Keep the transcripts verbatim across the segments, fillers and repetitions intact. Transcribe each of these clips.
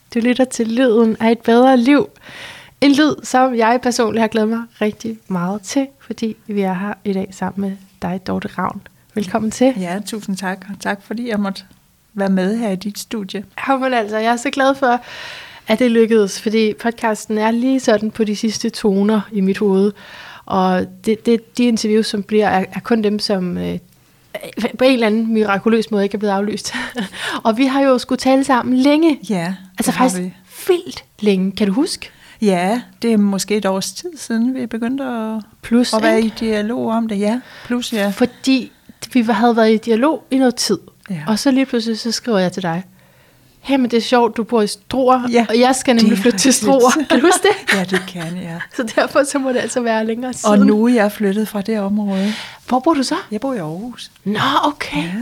Du lytter til Lyden af et bedre liv. En lyd, som jeg personligt har glædet mig rigtig meget til, fordi vi er her i dag sammen med dig, Dorte Ravn. Velkommen til. Ja, tusind tak. Tak fordi jeg måtte være med her i dit studie. Ja, men altså, jeg er så glad for, at det lykkedes, fordi podcasten er lige sådan på de sidste toner i mit hoved. Og det, det, de interviews, som bliver, er, er kun dem, som øh, på en eller anden mirakuløs måde ikke er blevet aflyst. Og vi har jo skulle tale sammen længe. Ja, altså faktisk vi. vildt længe. Kan du huske? Ja, det er måske et års tid siden, vi begyndte at, plus, at være i dialog om det. Ja, plus ja. Fordi vi havde været i dialog i noget tid. Ja. Og så lige pludselig, så skriver jeg til dig. Hey, men det er sjovt, du bor i Struer, ja, og jeg skal nemlig flytte til Struer. Kan du huske det? Ja, det kan jeg. Så derfor så må det altså være længere siden. Og nu er jeg flyttet fra det område. Hvor bor du så? Jeg bor i Aarhus. Nå, okay. Ja,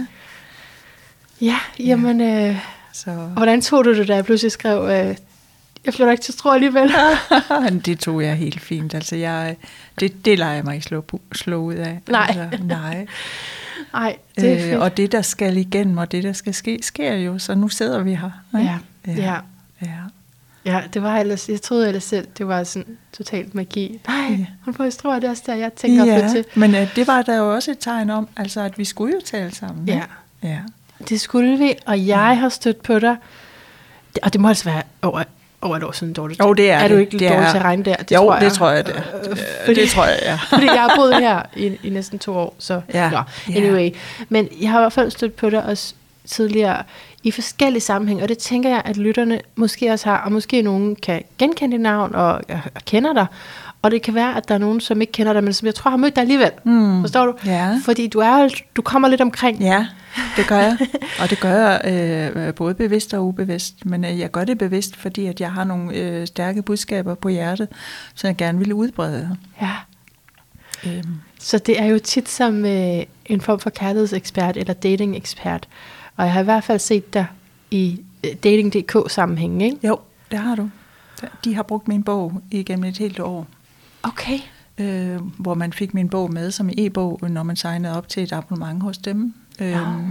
ja jamen, ja. Øh, så. Hvordan tog du det, da jeg pludselig skrev, øh, jeg flytter ikke til Struer alligevel? Det tog jeg helt fint. Altså, jeg, det, det lader jeg mig ikke slå, slå ud af. Nej. Altså, nej. Ej, det er øh, og det, der skal igennem, og det, der skal ske, sker jo. Så nu sidder vi her. Ja, ja. Ja. ja. Ja, det var ellers, jeg troede ellers selv, det var sådan totalt magi. Nej, ja. Hun får i Struer, det er også der, jeg tænker ja, på til. Men øh, det var der jo også et tegn om, altså at vi skulle jo tale sammen. Ja, ja. Det skulle vi, og jeg har stødt på dig, og det må altså være over, over et år siden, Dorte. Jo, det er Er det. du ikke det dårlig er. til at regne der? Det jo, tror jeg. det tror jeg, det er. Øh, fordi, det tror jeg, ja. Fordi jeg har boet her i, i næsten to år, så ja. Nå, anyway. Men jeg har i hvert fald stødt på dig også tidligere i forskellige sammenhæng, og det tænker jeg, at lytterne måske også har, og måske nogen kan genkende dit navn og, og, og kender dig, og det kan være, at der er nogen, som ikke kender dig, men som jeg tror har mødt dig alligevel. Mm. Forstår du? Ja. Fordi du, er, du kommer lidt omkring. Ja, det gør jeg. Og det gør jeg øh, både bevidst og ubevidst. Men øh, jeg gør det bevidst, fordi at jeg har nogle øh, stærke budskaber på hjertet, som jeg gerne vil udbrede. Ja. Øhm. Så det er jo tit som øh, en form for kærlighedsekspert eller dating-ekspert. Og jeg har i hvert fald set dig i øh, dating punktum d k-sammenhængen, ikke? Jo, det har du. De har brugt min bog igennem et helt år. Okay. Øh, hvor man fik min bog med som e-bog, når man signede op til et abonnement hos dem. Ja, øhm,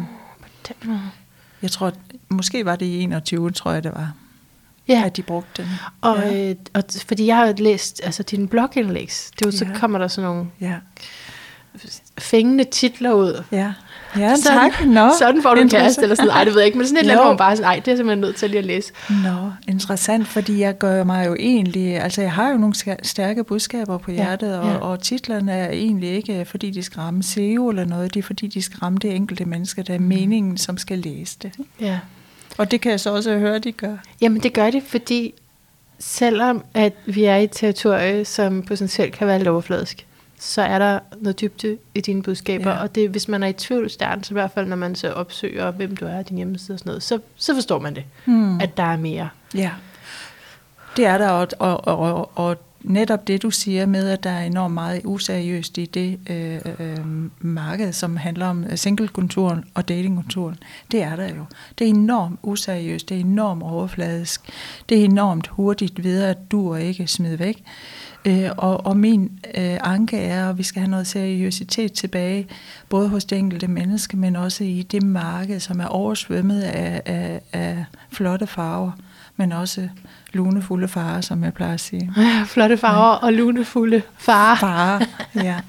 jeg tror, måske var det i enogtyve, tror jeg det var, ja. At de brugte den. Og, ja. øh, og fordi jeg har læst altså din blogindlæg, det er jo, så ja. kommer der sådan nogle ja. fængende titler ud. Ja, ja sådan, tak. Nå, sådan får du en kæreste eller sådan. Ej, det ved jeg ikke, men sådan et eller andet, hvor man bare sådan, ej, det er simpelthen nødt til lige at læse. Nå, interessant, fordi jeg gør mig jo egentlig, altså jeg har jo nogle stærke budskaber på hjertet, ja, ja. Og, og titlerne er egentlig ikke, fordi de skal ramme S E O eller noget, det er fordi, de skal ramme det enkelte menneske, der er meningen, som skal læse det. Ja. Og det kan jeg så også høre, de gør. Jamen det gør det, fordi selvom at vi er i et territorie, som potentielt kan være lidt overfladisk, så er der noget dybde i dine budskaber, ja. Og det, hvis man er i tvivl i starten, så i hvert fald når man så opsøger, hvem du er, din hjemmeside og sådan noget, så, så forstår man det, hmm. at der er mere. Ja, det er der, og, og, og, og netop det, du siger med, at der er enormt meget useriøst i det øh, øh, marked, som handler om singlekulturen og datingkulturen, det er der jo. Det er enormt useriøst, det er enormt overfladisk, det er enormt hurtigt videre, at du og ikke smid væk. Øh, og, og min øh, anke er, at vi skal have noget seriøsitet tilbage, både hos det enkelte menneske, men også i det marked, som er oversvømmet af, af, af flotte farver, men også lunefulde farer, som jeg plejer at sige. Ja, flotte farver ja. Og lunefulde farer. Farer, ja. ja.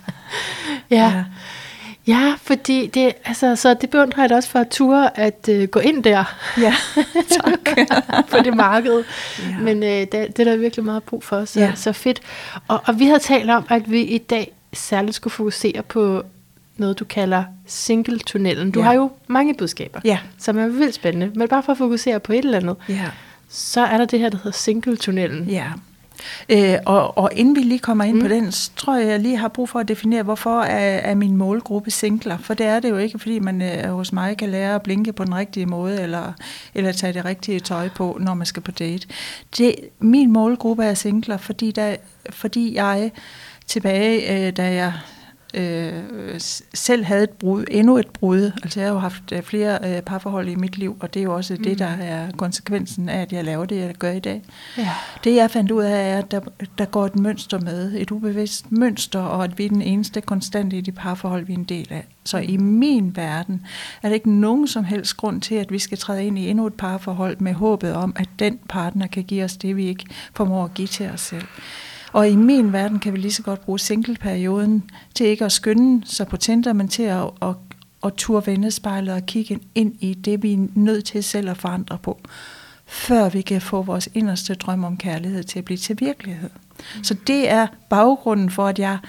ja. Ja, fordi det, altså, så det beundrer jeg da også for at ture at uh, gå ind der. Ja, tak. På det marked. Ja. Men uh, det, det er der virkelig meget brug for, så, ja. Så fedt. Og, og vi havde talt om, at vi i dag særligt skulle fokusere på noget, du kalder single-tunnelen. Du ja. Har jo mange budskaber, ja. Som er vildt spændende. Men bare for at fokusere på et eller andet, ja. Så er der det her, der hedder single-tunnelen. Ja. Øh, og, og inden vi lige kommer ind mm. på den, så tror jeg, jeg lige har brug for at definere, hvorfor er, er min målgruppe singler. For det er det jo ikke, fordi man øh, hos mig kan lære at blinke på den rigtige måde, eller, eller tage det rigtige tøj på, når man skal på date. Det, min målgruppe er singler, fordi, der, fordi jeg tilbage, øh, da jeg øh, selv havde et brud, endnu et brud. Altså jeg har jo haft øh, flere øh, parforhold i mit liv, og det er jo også mm. det, der er konsekvensen af, at jeg laver det, jeg gør i dag. Ja. Det jeg fandt ud af, er, at der, der går et mønster med, et ubevidst mønster, og at vi er den eneste konstante i de parforhold, vi er en del af. Så i min verden er der ikke nogen som helst grund til, at vi skal træde ind i endnu et parforhold med håbet om, at den partner kan give os det, vi ikke formår at give til os selv. Og i min verden kan vi lige så godt bruge singleperioden til ikke at skynde sig på Tinder, men til at, at, at turde vende spejlet og kigge ind i det, vi er nødt til selv at forandre på, før vi kan få vores inderste drøm om kærlighed til at blive til virkelighed. Mm. Så det er baggrunden for, at jeg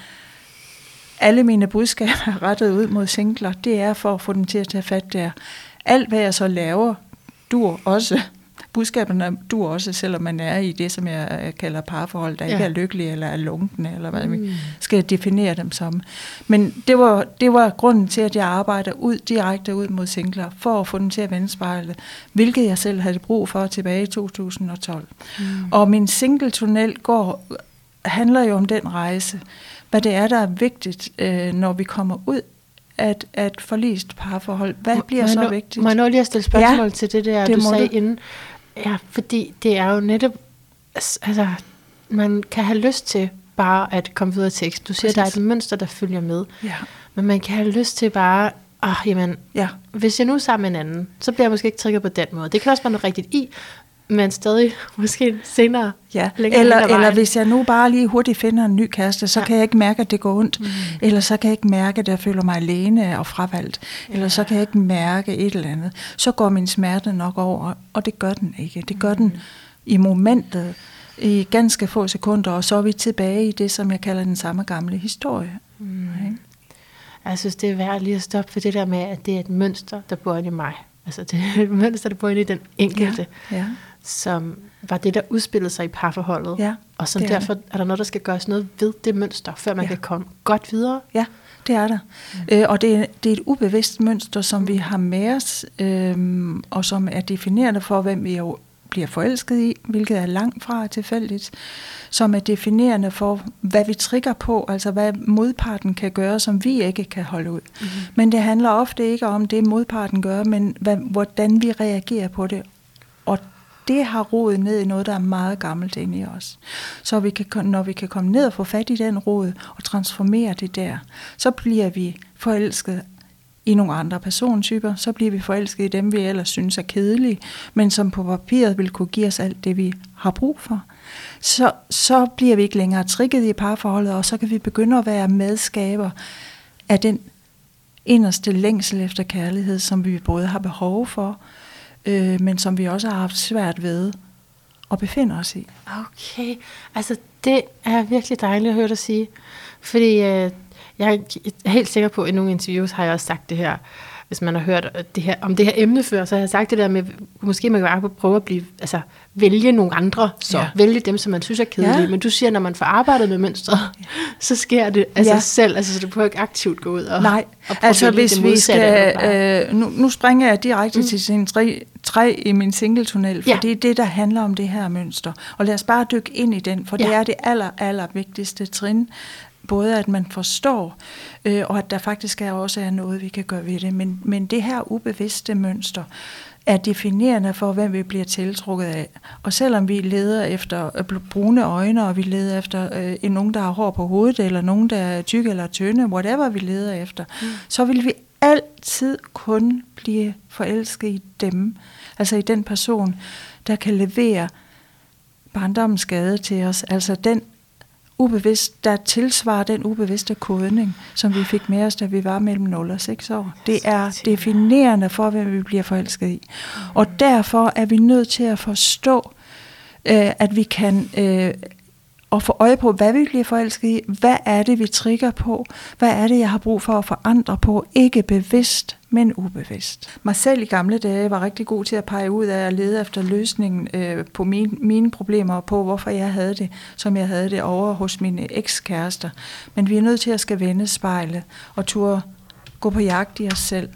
alle mine budskaber er rettet ud mod singler. Det er for at få dem til at tage fat der. Alt hvad jeg så laver, dur også. Budskaberne dur også, selvom man er i det, som jeg kalder parforhold, der ja. ikke er lykkelige eller er lunkne, eller hvad mm. vi skal definere dem som. Men det var, det var grunden til, at jeg arbejder ud, direkte ud mod singler, for at få dem til at vende spejlet, hvilket jeg selv havde brug for tilbage i to tusind og tolv. Mm. Og min single-tunnel går, handler jo om den rejse, hvad det er, der er vigtigt, øh, når vi kommer ud af et forlist parforhold. Hvad bliver må så nå, vigtigt? Må jeg nå lige at stille spørgsmål ja, til det der, det du sagde du. inden? Ja, fordi det er jo netop, altså, man kan have lyst til bare at komme videre tekst. Du siger, Præcis. der er et mønster, der følger med. Ja. Men man kan have lyst til bare, åh, oh, jamen, ja. hvis jeg nu er sammen med en anden, så bliver jeg måske ikke trigget på den måde. Det kan også være noget rigtigt i, men stadig måske senere. Ja. Eller, eller hvis jeg nu bare lige hurtigt finder en ny kæreste, så ja. kan jeg ikke mærke, at det går ondt. Mm. Eller så kan jeg ikke mærke, at jeg føler mig alene og fravalgt. Eller ja. så kan jeg ikke mærke et eller andet. Så går min smerte nok over, og det gør den ikke. Det gør mm. den i momentet, i ganske få sekunder, og så er vi tilbage i det, som jeg kalder den samme gamle historie. Mm. Okay. Jeg synes, det er værd lige at stoppe for det der med, at det er et mønster, der bor inde i mig. Altså det er et mønster, der bor inde i den enkelte. Ja. Ja. Som var det, der udspillede sig i parforholdet. Ja, og så derfor er, er der noget, der skal gøres noget ved det mønster, før man ja. kan komme godt videre. Ja, det er der. Ja. Øh, og det er, det er et ubevidst mønster, som vi har med os, øh, og som er definerende for, hvem vi jo bliver forelsket i, hvilket er langt fra tilfældigt, som er definerende for, hvad vi trigger på, altså hvad modparten kan gøre, som vi ikke kan holde ud. Mm-hmm. Men det handler ofte ikke om det, modparten gør, men hvad, hvordan vi reagerer på det. Og det har rodet ned i noget, der er meget gammelt inde i os. Så vi kan, når vi kan komme ned og få fat i den rod og transformere det der, så bliver vi forelsket i nogle andre persontyper, så bliver vi forelsket i dem, vi ellers synes er kedelige, men som på papiret vil kunne give os alt det, vi har brug for. Så, så bliver vi ikke længere trigget i parforholdet, og så kan vi begynde at være medskaber af den inderste længsel efter kærlighed, som vi både har behov for, øh, men som vi også har haft svært ved at befinde os i. Okay, altså det er virkelig dejligt at høre dig sige, fordi øh, jeg er helt sikker på, at i nogle interviews har jeg også sagt det her, hvis man har hørt det her, om det her emne før, så har jeg sagt det der med, måske man kan bare prøve at blive, altså, vælge nogle andre, så ja. vælge dem, som man synes er kedelige. Ja. Men du siger, når man får arbejdet med mønstret, ja. så sker det af ja. sig selv, altså så du prøver ikke aktivt gå ud og Nej, og altså hvis vi skal, øh, nu, nu springer jeg direkte mm. til sin tre, tre i min single-tunnel, for ja. det er det, der handler om det her mønster. Og lad os bare dykke ind i den, for ja. det er det aller, aller vigtigste trin. Både at man forstår, øh, og at der faktisk er også er noget, vi kan gøre ved det. Men, men det her ubevidste mønster er definerende for, hvem vi bliver tiltrukket af. Og selvom vi leder efter brune øjne, og vi leder efter øh, nogen, der har hår på hovedet, eller nogen, der er tykke eller tynde, whatever vi leder efter, mm. så vil vi altid kun blive forelsket i dem. Altså i den person, der kan levere barndommens skade til os. Altså den ubevidst, der tilsvarer den ubevidste kodning, som vi fik med os, da vi var mellem nul og seks år. Det er definerende for, hvad vi bliver forelsket i. Og derfor er vi nødt til at forstå, øh, at vi kan øh, og få øje på, hvad vi bliver forelsket i, hvad er det, vi trigger på, hvad er det, jeg har brug for at forandre på, ikke bevidst, men ubevidst. Mig selv i gamle dage var rigtig god til at pege ud af at lede efter løsningen øh, på mine, mine problemer, og på hvorfor jeg havde det, som jeg havde det over hos mine ekskærester. Men vi er nødt til at skal vende spejlet og turde gå på jagt i os selv.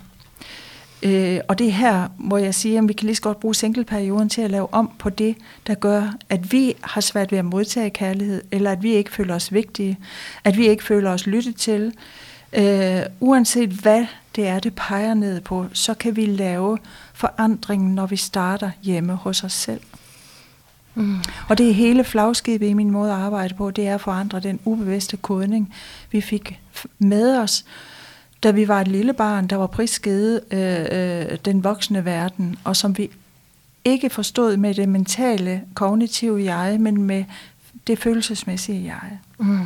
Øh, og det er her, hvor jeg siger, at vi kan lige så godt bruge singleperioden til at lave om på det, der gør, at vi har svært ved at modtage kærlighed, eller at vi ikke føler os vigtige, at vi ikke føler os lyttet til, Øh, uanset hvad det er, det peger ned på, så kan vi lave forandringen, når vi starter hjemme hos os selv. Mm. Og det er hele flagskibet i min måde at arbejde på, det er at forandre den ubevidste kodning, vi fik med os, da vi var et lille barn, der var prisgivet øh, øh, den voksne verden, og som vi ikke forstod med det mentale, kognitive jeg, men med det følelsesmæssige jeg. Mm.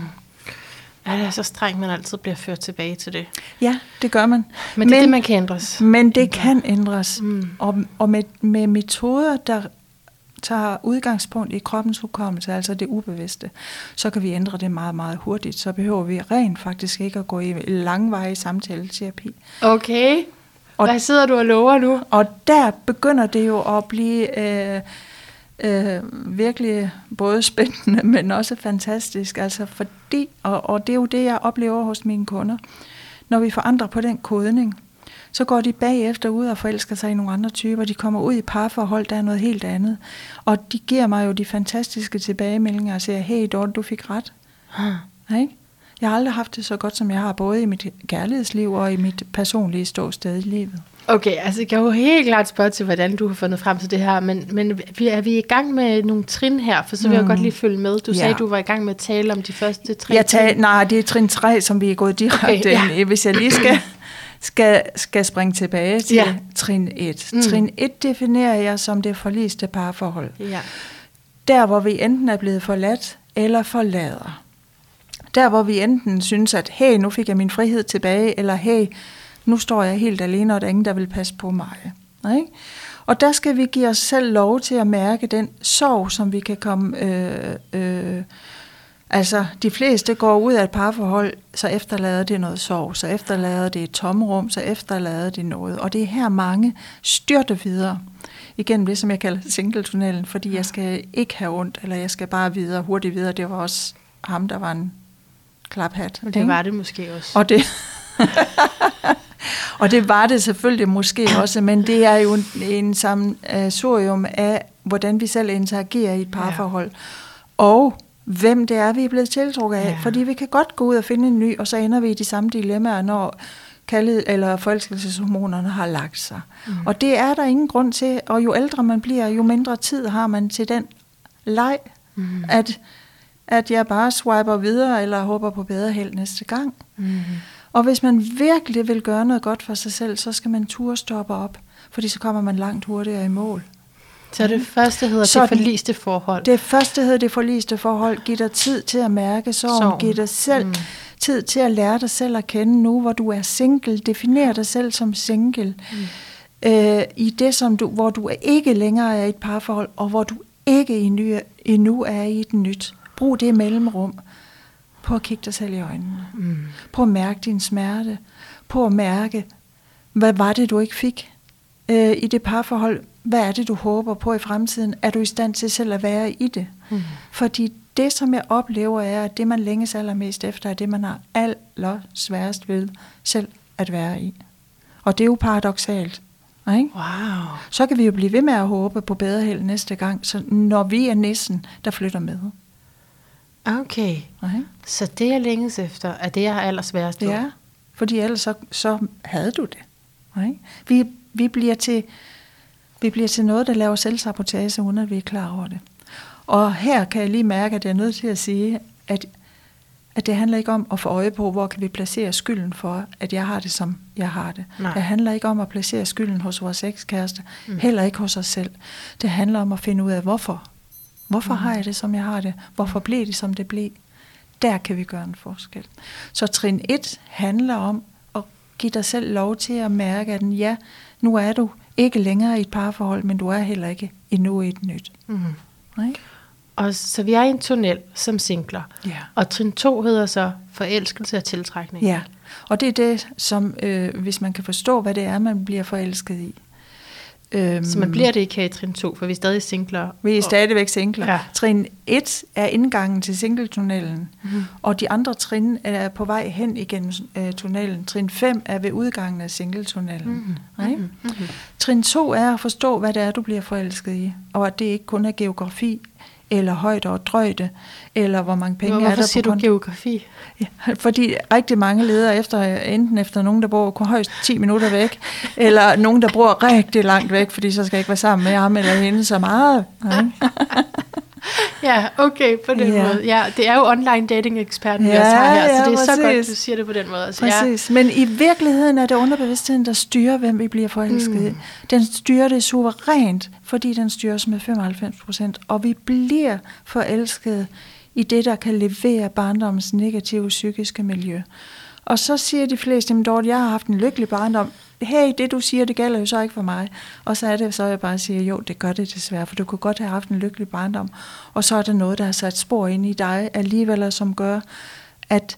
Ja, det er så strengt, man altid bliver ført tilbage til det. Ja, det gør man. Men det er men, det, man kan ændres. Men det kan ændres. Mm. Og, og med, med metoder, der tager udgangspunkt i kroppens hukommelse, altså det ubevidste, så kan vi ændre det meget, meget hurtigt. Så behøver vi rent faktisk ikke at gå i langvarig samtaleterapi. Okay. Og hvad sidder du og lover nu? Og der begynder det jo at blive øh, øh, virkelig både spændende, men også fantastisk. Altså fordi, og, og det er jo det, jeg oplever hos mine kunder. Når vi forandrer på den kodning, så går de bagefter ud og forelsker sig i nogle andre typer. De kommer ud i parforhold, der er noget helt andet. Og de giver mig jo de fantastiske tilbagemeldinger og siger, hey Dorte, du fik ret. Hmm. Ikke? Jeg har aldrig haft det så godt, som jeg har, både i mit kærlighedsliv og i mit personlige ståsted i livet. Okay, altså jeg kan jo helt klart spørge til, hvordan du har fundet frem til det her, men, men vi er vi i gang med nogle trin her, for så vil mm. jeg godt lige følge med. Du ja. sagde, du var i gang med at tale om de første tre jeg tag, Nej, det er trin tre, som vi er gået direkte okay, ja. ind i. Hvis jeg lige skal, skal, skal springe tilbage til ja. trin et. Mm. Trin et definerer jeg som det forliste parforhold. Ja. Der, hvor vi enten er blevet forladt eller forlader. Der, hvor vi enten synes, at hey, nu fik jeg min frihed tilbage, eller hey, nu står jeg helt alene, og der er ingen, der vil passe på mig. Ikke? Og der skal vi give os selv lov til at mærke den sorg, som vi kan komme... Øh, øh, altså, de fleste går ud af et parforhold, så efterlader det noget sorg, så efterlader det et tomrum, så efterlader det noget. Og det er her mange styrter videre igennem det, som jeg kalder singletunnelen, fordi jeg skal ikke have ondt, eller jeg skal bare videre, hurtigt videre. Det var også ham, der var en klaphat. Det ikke? Var det måske også. Og det... Og det var det selvfølgelig måske også, men det er jo en, en sammensurium af, hvordan vi selv interagerer i et parforhold. Ja. Og hvem det er, vi er blevet tiltrukket af. Ja. Fordi vi kan godt gå ud og finde en ny, og så ender vi i de samme dilemmaer, når kaldet eller forelskelseshormonerne har lagt sig. Mm. Og det er der ingen grund til, og jo ældre man bliver, jo mindre tid har man til den leg, mm. at, at jeg bare swiper videre, eller håber på bedre held næste gang. Mm. Og hvis man virkelig vil gøre noget godt for sig selv, så skal man turde stoppe op, fordi så kommer man langt hurtigere i mål. Så det første hedder så det forliste forhold? Det første hedder det forliste forhold. Giv dig tid til at mærke sorgen. Giv dig selv mm. tid til at lære dig selv at kende nu, hvor du er single. Definer dig selv som single. Mm. Øh, I det, som du, hvor du ikke længere er i et parforhold, og hvor du ikke endnu er i et nyt. Brug det mellemrum. På at kigge dig selv i øjnene. Mm. På at mærke din smerte. På at mærke, hvad var det, du ikke fik øh, i det parforhold? Hvad er det, du håber på i fremtiden? Er du i stand til selv at være i det? Mm. Fordi det, som jeg oplever, er, at det, man længes allermest efter, er det, man har allersværest ved selv at være i. Og det er jo paradoksalt. Ikke? Wow. Så kan vi jo blive ved med at håbe på bedre held næste gang, så når vi er nissen, der flytter med. Okay, okay. Så det jeg længes efter, er det jeg har allersværest på? Ja, fordi ellers så, så havde du det. Okay? Vi, vi, bliver til, vi bliver til noget, der laver selvsabotage, uden at vi er klar over det. Og her kan jeg lige mærke, at jeg er nødt til at sige, at, at det handler ikke om at få øje på, hvor kan vi placere skylden for, at jeg har det, som jeg har det. Nej. Det handler ikke om at placere skylden hos vores ekskæreste, mm. heller ikke hos os selv. Det handler om at finde ud af, hvorfor. Hvorfor mm. har jeg det, som jeg har det? Hvorfor blev det, som det blev? Der kan vi gøre en forskel. Så trin et handler om at give dig selv lov til at mærke, at ja, nu er du ikke længere i et parforhold, men du er heller ikke endnu i et nyt. Mm. Okay? Og så vi er i en tunnel som singler. Ja. Og trin to hedder så forelskelse og tiltrækning. Ja, og det er det, som øh, hvis man kan forstå, hvad det er, man bliver forelsket i. Øhm, så man bliver det ikke her i trin to, for vi er stadig singler. Vi er stadigvæk singler. Ja. Trin et er indgangen til singletunnelen, mm-hmm. og de andre trin er på vej hen igennem uh, tunnelen. Trin fem er ved udgangen af singletunnelen. Mm-hmm. Right? Mm-hmm. Trin to er at forstå, hvad det er, du bliver forelsket i, og at det ikke kun er geografi, eller højde og drøjde, eller hvor mange penge Hvorfor er der på siger du geografi? Ja, fordi rigtig mange leder efter, enten efter nogen, der bor kun højst ti minutter væk, eller nogen, der bor rigtig langt væk, fordi så skal jeg ikke være sammen med ham eller hende så meget. Ja. Ja, okay, på den ja. måde. Ja, det er jo online dating-eksperten, ja, vi også har her, så ja, det er præcis. så godt, du siger det på den måde. Altså, præcis, ja. Men i virkeligheden er det underbevidstheden, der styrer, hvem vi bliver forelsket i. Mm. Den styrer det suverænt, fordi den styres med femoghalvfems procent, og vi bliver forelsket i det, der kan levere barndommens negative psykiske miljø. Og så siger de fleste, at Dorte, jeg har haft en lykkelig barndom. Hey, det du siger, det gælder jo så ikke for mig. Og så er det så, jeg bare siger, jo, det gør det desværre, for du kunne godt have haft en lykkelig barndom. Og så er der noget, der har sat spor ind i dig alligevel, som gør, at,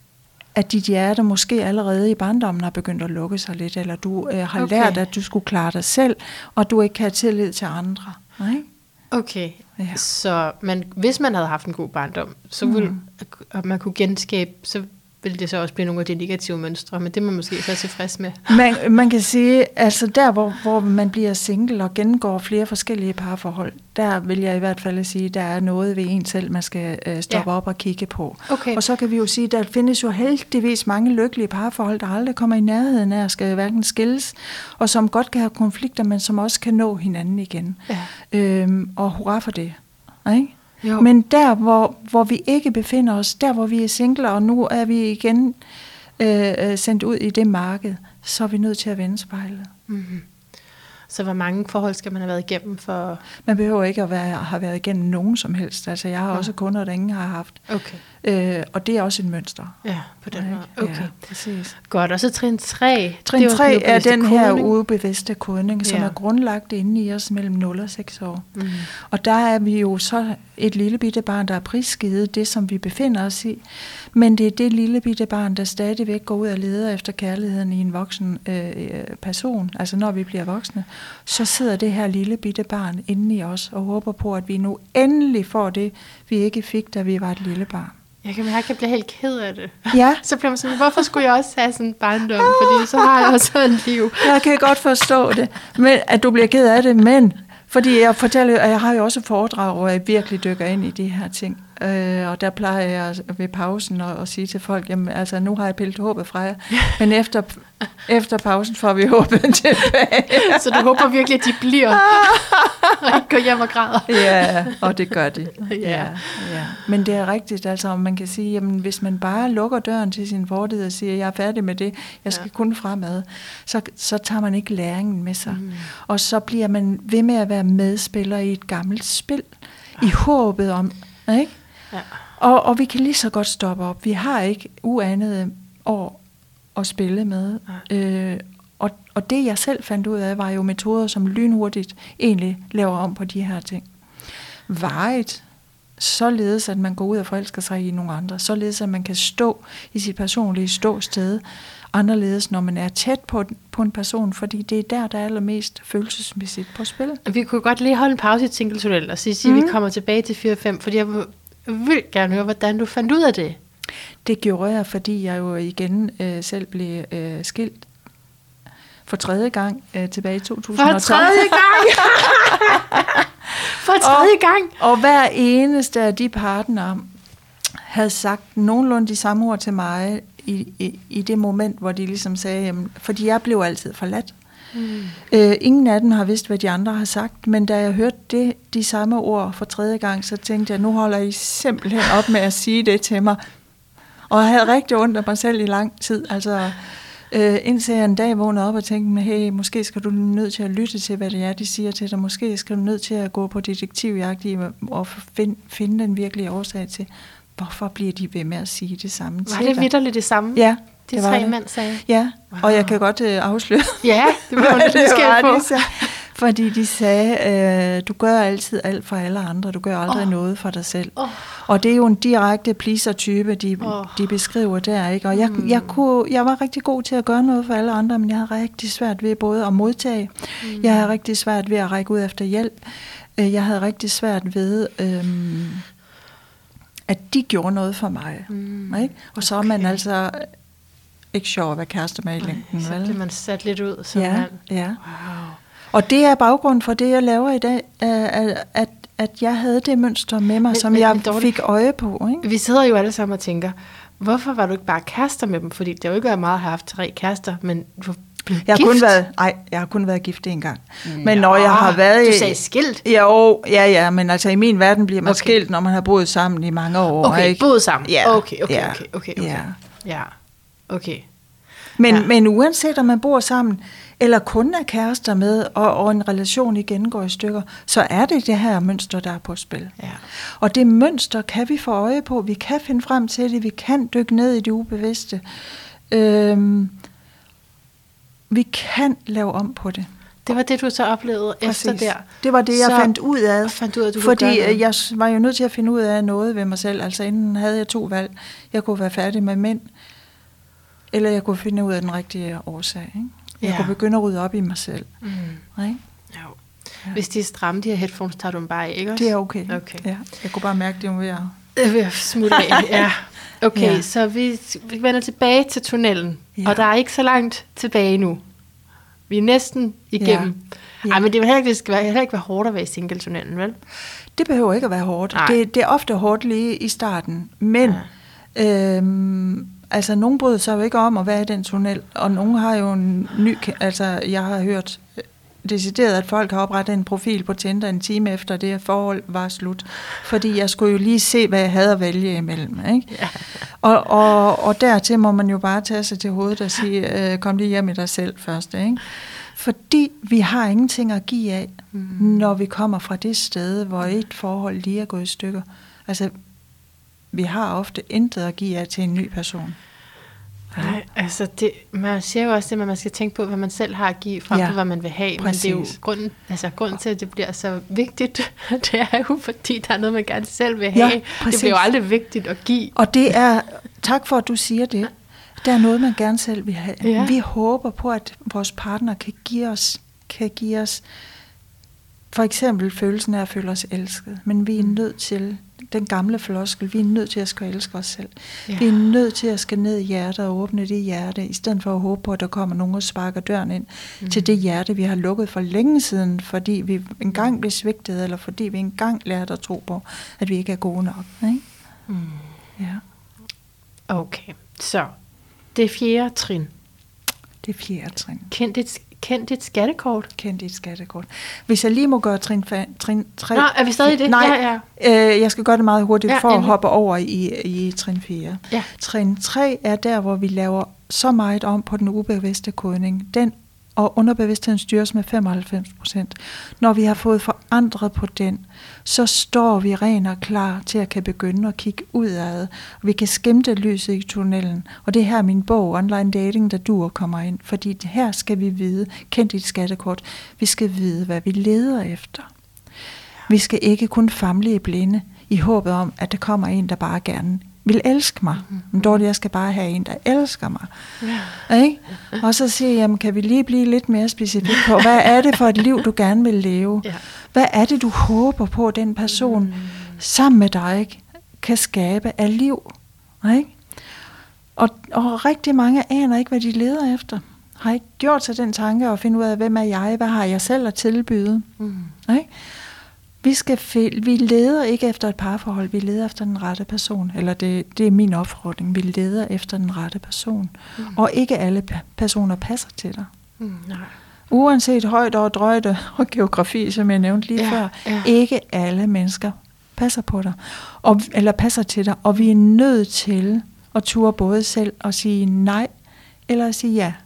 at dit hjerte måske allerede i barndommen har begyndt at lukke sig lidt, eller du øh, har okay. lært, at du skulle klare dig selv, og du ikke kan have tillid til andre. Nej? Okay, ja. Så man, hvis man havde haft en god barndom, så ville mm. og man kunne genskabe, så vil det så også blive nogle af de negative mønstre, men det må man måske være tilfreds med. Man, man kan sige, altså der, hvor, hvor man bliver single og gennemgår flere forskellige parforhold, der vil jeg i hvert fald sige, der er noget ved en selv, man skal øh, stoppe ja. op og kigge på. Okay. Og så kan vi jo sige, der findes jo heldigvis mange lykkelige parforhold, der aldrig kommer i nærheden af at skal hverken skilles, og som godt kan have konflikter, men som også kan nå hinanden igen. Ja. Øhm, og hurra for det. Ikke? Jo. Men der, hvor, hvor vi ikke befinder os, der, hvor vi er single, og nu er vi igen øh, sendt ud i det marked, så er vi nødt til at vende spejlet. Mm-hmm. Så hvor mange forhold skal man have været igennem for? Man behøver ikke at være, have været igennem nogen som helst. Altså, jeg har ja. også kunder, der ingen har haft. Okay. Øh, og det er også et mønster. Ja, på den måde. Okay. Ja, præcis. Godt, og så trin tre. Trin tre er den kodning. Her ubevidste kodning, som ja. er grundlagt inde i os mellem nul og seks år. Mm. Og der er vi jo så et lille bitte barn, der er prisgivet det, som vi befinder os i. Men det er det lille bitte barn, der stadigvæk går ud og leder efter kærligheden i en voksen øh, person. Altså når vi bliver voksne, så sidder det her lille bitte barn inde i os og håber på, at vi nu endelig får det, vi ikke fik, da vi var et lille barn. Jeg kan mærke, at jeg bliver helt ked af det. Ja. Så bliver man sådan, hvorfor skulle jeg også have sådan en barndom? Fordi så har jeg også et liv. Jeg kan godt forstå det, men, at du bliver ked af det, men fordi jeg fortæller, at jeg har jo også foredrag, hvor jeg virkelig dykker ind i de her ting. Øh, og der plejer jeg ved pausen at, at sige til folk, jamen altså nu har jeg pillet håbet fra jer, men efter, efter pausen får vi håbet tilbage. Så du håber virkelig, at de bliver, og ikke går hjem og græder? Ja, og det gør de. Ja. Ja, ja. Men det er rigtigt, altså man kan sige, jamen hvis man bare lukker døren til sin fortid og siger, jeg er færdig med det, jeg skal ja. kun fremad, så, så tager man ikke læringen med sig. Mm. Og så bliver man ved med at være medspiller i et gammelt spil, i håbet om, ikke? Ja. Og, og vi kan lige så godt stoppe op. Vi har ikke uanede år at spille med. Ja. Øh, og, og det jeg selv fandt ud af, var jo metoder, som lynhurtigt egentlig laver om på de her ting. Varigt, således at man går ud og forelsker sig i nogle andre, således at man kan stå i sit personlige ståsted, anderledes når man er tæt på, på en person, fordi det er der, der er allermest følelsesmæssigt på spil. Vi kunne godt lige holde en pause i Single-tunnel og sige, at mm. vi kommer tilbage til fire fem, fordi jeg vil gerne høre, hvordan du fandt ud af det. Det gjorde jeg, fordi jeg jo igen øh, selv blev øh, skilt for tredje gang øh, tilbage i to tusind og tolv. For tredje gang! For tredje og, gang! Og hver eneste af de partnere havde sagt nogenlunde de samme ord til mig i, i, i det moment, hvor de ligesom sagde, jamen, fordi jeg blev altid forladt. Mm. Øh, ingen af dem har vidst, hvad de andre har sagt, men da jeg hørte det, de samme ord for tredje gang, så tænkte jeg, nu holder I simpelthen op med at sige det til mig. Og jeg havde rigtig ondt af mig selv i lang tid. Altså, øh, indtil jeg en dag vågnede op og tænkte, hey, måske skal du nødt til at lytte til, hvad det er, de siger til dig. Måske skal du nødt til at gå på detektivjagt i og finde, finde den virkelige årsag til, hvorfor bliver de ved med at sige det samme til dig. Var det vitterligt det samme? Ja. De det tre det. mænd sagde? Ja, wow. Og jeg kan godt øh, afsløre. Ja, det var det, det var på. De sagde, fordi de sagde, øh, du gør altid alt for alle andre, du gør aldrig oh. noget for dig selv. Oh. Og det er jo en direkte pleaser-type, de, oh. de beskriver der, ikke? Og jeg, mm. jeg, kunne, jeg var rigtig god til at gøre noget for alle andre, men jeg havde rigtig svært ved både at modtage. Mm. Jeg havde rigtig svært ved at række ud efter hjælp. Jeg havde rigtig svært ved... Øh, at de gjorde noget for mig. Mm. Ikke? Og så er okay. man altså ikke sjov at være kæreste med i længden. Så bliver man sat lidt ud. Som ja, man. ja. Wow. Og det er baggrunden for det, jeg laver i dag, at, at at jeg havde det mønster med mig, men, som men, jeg men, fik øje på. Ikke? Vi sidder jo alle sammen og tænker, hvorfor var du ikke bare kærester med dem? Fordi det har jo ikke været meget at have haft tre kærester, men du jeg har kun været, nej, jeg har kun været gift en gang. Men ja, når jeg har været... Du sagde skilt? Jo, ja, ja, men altså i min verden bliver man okay. skilt, når man har boet sammen i mange år. Okay, ikke? boet sammen. Ja. Okay, okay, ja. okay, okay, okay. Ja. Ja, okay. Men, ja. men uanset om man bor sammen, eller kun er kærester med, og, og en relation igen går i stykker, så er det det her mønster, der er på spil. Ja. Og det mønster kan vi få øje på, vi kan finde frem til det, vi kan dykke ned i det ubevidste. Øhm, vi kan lave om på det. Det var det, du så oplevede Præcis. Efter der. Det var det, jeg så fandt ud af. Fandt ud af du fordi jeg var jo nødt til at finde ud af noget ved mig selv. Altså inden havde jeg to valg. Jeg kunne være færdig med mænd, eller jeg kunne finde ud af den rigtige årsag. Ikke? Jeg ja. kunne begynde at rydde op i mig selv. Mm. Ikke? Jo. Ja. Hvis de er stramme, de her headphones, tager du dem bare af, ikke også? Det er okay. okay. Ja. Jeg kunne bare mærke, at de var ved at... Jeg vil smutte af, ja. Okay, ja. Så vi, vi vender tilbage til tunnelen, ja. Og der er ikke så langt tilbage nu. Vi er næsten igennem. Ja. Ja. Ej, men det vil heller ikke, det skal være, heller ikke være hårdt at være i single-tunnelen, vel? Det behøver ikke at være hårdt. Det, det er ofte hårdt lige i starten, men... Ja. Øhm, altså, nogen bryder sig jo ikke om at være i den tunnel, og nogen har jo en ny... Altså, jeg har hørt decideret, at folk har oprettet en profil på Tinder en time efter det her forhold var slut. Fordi jeg skulle jo lige se, hvad jeg havde at vælge imellem. Ikke? Ja. Og, og, og dertil må man jo bare tage sig til hovedet og sige, øh, kom lige hjem i dig selv først. Ikke? Fordi vi har ingenting at give af, mm. når vi kommer fra det sted, hvor et forhold lige er gået i stykker. Altså, vi har ofte intet at give af til en ny person. Nej, altså det, man siger jo også det, at man skal tænke på, hvad man selv har at give, frem for ja, hvad man vil have. Præcis. Men det er jo grunden, altså grunden til, at det bliver så vigtigt, det er jo fordi, der er noget, man gerne selv vil have. Ja, det bliver jo aldrig vigtigt at give. Og det er, tak for, at du siger det, der er noget, man gerne selv vil have. Ja. Vi håber på, at vores partner kan give os, kan give os for eksempel følelsen af at føle os elsket, men vi er nødt til, den gamle floskel, vi er nødt til at skal elske os selv. Ja. Vi er nødt til at skal ned i hjertet og åbne det hjerte, i stedet for at håbe på, at der kommer nogen og sparker døren ind mm. til det hjerte, vi har lukket for længe siden, fordi vi engang blev svigtet, eller fordi vi engang lærte at tro på, at vi ikke er gode nok. Ikke? Mm. Ja. Okay, så det fjerde trin. Det fjerde trin. Kend dit Kend dit skattekort. Kend dit skattekort. Hvis jeg lige må gøre trin, trin tre... Nå, er vi stadig i det? Nej, ja, ja. Øh, jeg skal gøre det meget hurtigt ja, for endelig. at hoppe over i, i trin fire. Ja. Trin tre er der, hvor vi laver så meget om på den ubevidste kodning. Den og underbevidstheden styres med femoghalvfems procent. Når vi har fået forandret på den, så står vi ren og klar til at kan begynde at kigge udad. Vi kan skimte lyset i tunnelen. Og det er her min bog, Online Dating, der duer, kommer ind. Fordi her skal vi vide, kend dit skattekort, vi skal vide, hvad vi leder efter. Vi skal ikke kun famle i blinde, i håbet om, at der kommer en, der bare gerne vil elske mig. Men dog, jeg skal bare have en, der elsker mig. Ja. Ikke? Og så siger jeg, jamen, kan vi lige blive lidt mere specifik på, hvad er det for et liv, du gerne vil leve? Ja. Hvad er det, du håber på, at den person mm. sammen med dig kan skabe af liv? Ikke? Og, og rigtig mange aner ikke, hvad de leder efter. Har ikke gjort sig den tanke at finde ud af, hvem er jeg? Hvad har jeg selv at tilbyde? Mm. Ikke? Vi, skal fæ- vi leder ikke efter et parforhold, vi leder efter den rette person. Eller det, det er min opfordring, vi leder efter den rette person. Mm. Og ikke alle personer passer til dig. Mm, nej. Uanset højde og drøjde og geografi, som jeg nævnte lige ja, før, ja. Ikke alle mennesker passer på dig. Og, eller passer til dig. Og vi er nødt til at ture både selv og sige nej, eller at sige ja.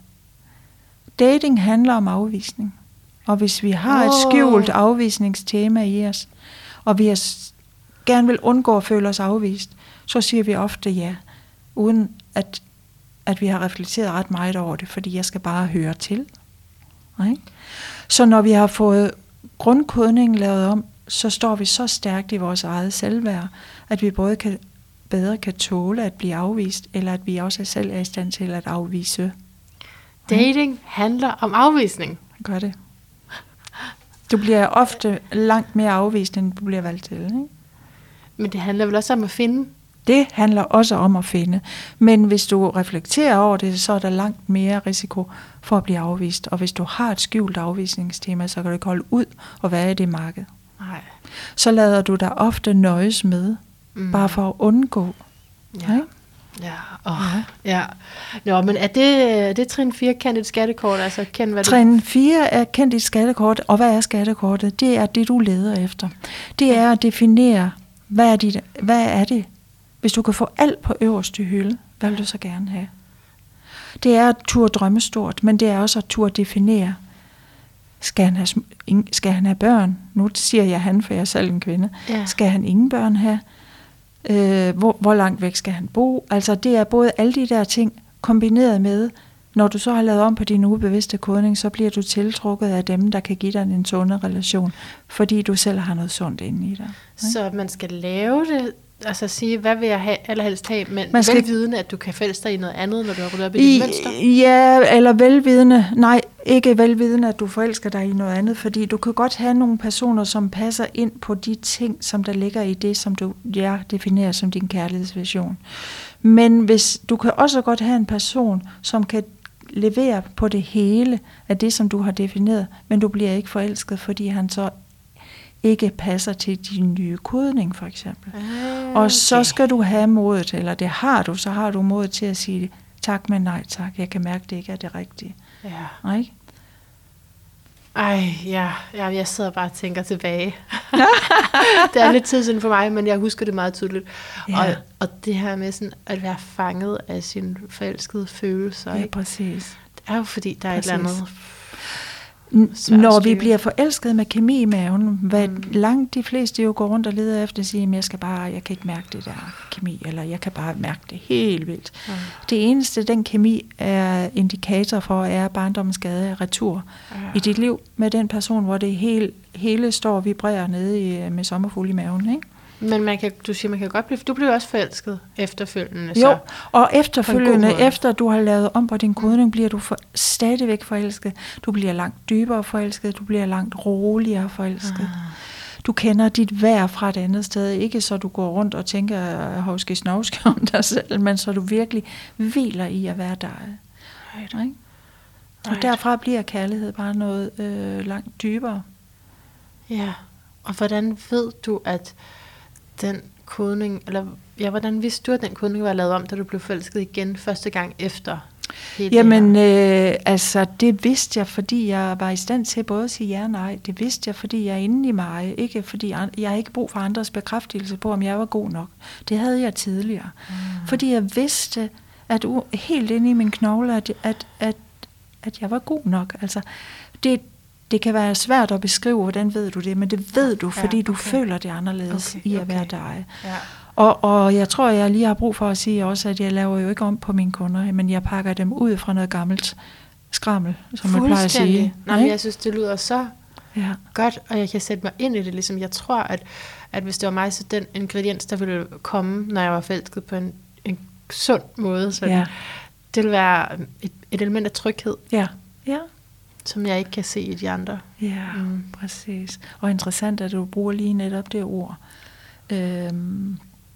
Dating handler om afvisning. Og hvis vi har oh. et skjult afvisningstema i os, og vi gerne vil undgå at føle os afvist, så siger vi ofte ja, uden at, at vi har reflekteret ret meget over det, fordi jeg skal bare høre til. Okay? Så når vi har fået grundkodningen lavet om, så står vi så stærkt i vores eget selvværd, at vi både kan, bedre kan tåle at blive afvist, eller at vi også selv er i stand til at afvise. Dating handler om afvisning. Gør det. Du bliver ofte langt mere afvist, end du bliver valgt til. Ikke? Men det handler vel også om at finde? Det handler også om at finde. Men hvis du reflekterer over det, så er der langt mere risiko for at blive afvist. Og hvis du har et skjult afvisningstema, så kan du ikke holde ud og være i det marked. Nej. så lader du dig ofte nøjes med, mm. bare for at undgå. Ja. Ikke? Ja, oh, ja. ja. Nå, men er det, det trin fire kendt et skattekort? Altså, kend, hvad trin fire er kendt et skattekort, og hvad er skattekortet? Det er det, du leder efter. Det er at definere, hvad er, dit, hvad er det? Hvis du kan få alt på øverste hylde, hvad vil du så gerne have? Det er at turde drømme stort, men det er også at turde definere, skal han have, skal han have børn? Nu siger jeg han, for jeg er selv en kvinde. Ja. Skal han ingen børn have? Øh, hvor, hvor langt væk skal han bo? Altså det er både alle de der ting kombineret med, når du så har lavet om på din ubevidste kodning, så bliver du tiltrukket af dem, der kan give dig en sunde relation, fordi du selv har noget sundt inde i dig. Ikke? Så man skal lave det, altså sige, hvad vil jeg have, allerhelst have, men man skal velvidende, at du kan forelske dig i noget andet, når du har ryddet op i dit mønster? Ja, eller velvidende. Nej, ikke velvidende, at du forelsker dig i noget andet, fordi du kan godt have nogle personer, som passer ind på de ting, som der ligger i det, som du ja, definerer som din kærlighedsvision. Men hvis du kan også godt have en person, som kan levere på det hele af det, som du har defineret, men du bliver ikke forelsket, fordi han så ikke passer til din nye kodning, for eksempel. Okay. Og så skal du have modet, eller det har du, så har du modet til at sige tak, men nej tak. Jeg kan mærke, det ikke er det rigtige. Ja. Ikke? Ej, ja, ja, jeg sidder bare og tænker tilbage. Det er lidt tid siden for mig, men jeg husker det meget tydeligt. Ja. Og, og det her med sådan at være fanget af sine forelskede følelser. Ja, præcis. Det er jo fordi, der er præcis. Et eller andet... Når vi bliver forelsket med kemi i maven, hvad mm. langt de fleste jo går rundt og leder efter, og siger, at jeg skal bare, jeg kan ikke mærke det der kemi, eller jeg kan bare mærke det helt vildt. Mm. Det eneste, den kemi er indikator for, er barndommens skade retur mm. i dit liv med den person, hvor det hele, hele står og vibrerer nede i, med sommerfugle i maven, ikke? Men man kan, du siger, man kan godt blive, du bliver også forelsket efterfølgende. Jo, så og efterfølgende, efter du har lavet om på din kodning, bliver du for, stadigvæk forelsket. Du bliver langt dybere forelsket, du bliver langt roligere forelsket. Ah. Du kender dit vejr fra et andet sted, ikke så du går rundt og tænker hovske snovske om dig selv, men så du virkelig hviler i at være dig. Right. Right? Og right. derfra bliver kærlighed bare noget øh, langt dybere. Ja, og hvordan ved du, at den kodning, eller ja, hvordan vidste du, at den kodning var lavet om, da du blev forelsket igen første gang efter hele Jamen, øh, altså, det vidste jeg, fordi jeg var i stand til både at sige ja og nej. Det vidste jeg, fordi jeg er inde i mig, ikke fordi jeg har ikke brug for andres bekræftelse på, om jeg var god nok. Det havde jeg tidligere. Mm. Fordi jeg vidste, at u- helt inde i min knogle, at, at, at, at jeg var god nok. Altså, det Det kan være svært at beskrive, hvordan ved du det, men det ved du, fordi ja, okay. du føler det anderledes okay, i at okay. være dig. Ja. Og, og jeg tror, jeg lige har brug for at sige også, at jeg laver jo ikke om på mine kunder, men jeg pakker dem ud fra noget gammelt skrammel, som man plejer at sige. Nej, men jeg synes, det lyder så ja. godt, og jeg kan sætte mig ind i det. Ligesom jeg tror, at, at hvis det var mig, så den ingrediens, der ville komme, når jeg var forelsket på en, en sund måde, så ja. det ville være et, et element af tryghed. Ja, ja. Som jeg ikke kan se i de andre. Ja, mm. præcis. Og interessant, at du bruger lige netop det ord. Øhm,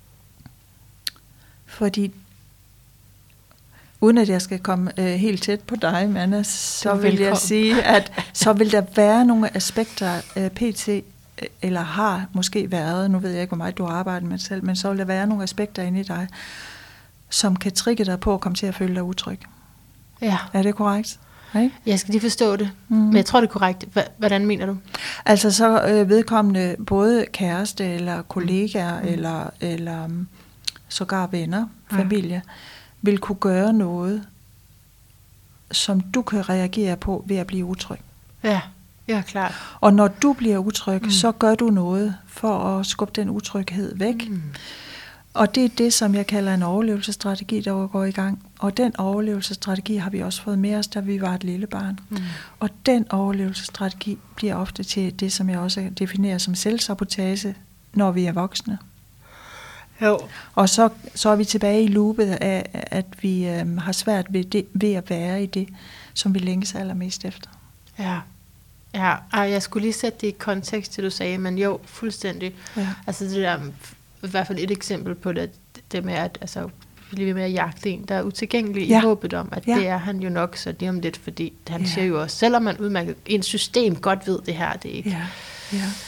fordi, uden at jeg skal komme øh, helt tæt på dig, Manna, så vil velkommen. Jeg sige, at så vil der være nogle aspekter, øh, P T, eller har måske været, nu ved jeg ikke, hvor meget du har arbejdet med selv, men så vil der være nogle aspekter inde i dig, som kan trigge dig på at komme til at føle dig utryg. Ja. Er det korrekt? Okay. Jeg skal lige forstå det, mm. men jeg tror, det er korrekt. Hvordan mener du? Altså så øh, vedkommende både kæreste eller kollegaer mm. eller, eller um, sågar venner, mm. familie, vil kunne gøre noget, som du kan reagere på ved at blive utryg. Ja, ja, klart. Og når du bliver utryg, mm. så gør du noget for at skubbe den utryghed væk. Mm. Og det er det, som jeg kalder en overlevelsesstrategi, der går i gang. Og den overlevelsesstrategi har vi også fået med os, da vi var et lille barn. Mm. Og den overlevelsesstrategi bliver ofte til det, som jeg også definerer som selvsabotage, når vi er voksne. Jo. Og så, så er vi tilbage i loopet af, at vi øhm, har svært ved, det, ved at være i det, som vi længes allermest efter. Ja. Ja, og jeg skulle lige sætte det i kontekst til, du sagde, men jo, fuldstændig. Ja. Altså det der... i hvert fald et eksempel på det, det med at altså, blive med at jagte en, der er utilgængelig ja. i håbet om, at ja. det er han jo nok, så lige om lidt, fordi han ja. siger jo også, selvom man udmærket, en system godt ved det her, det er ikke. Ja. Ja.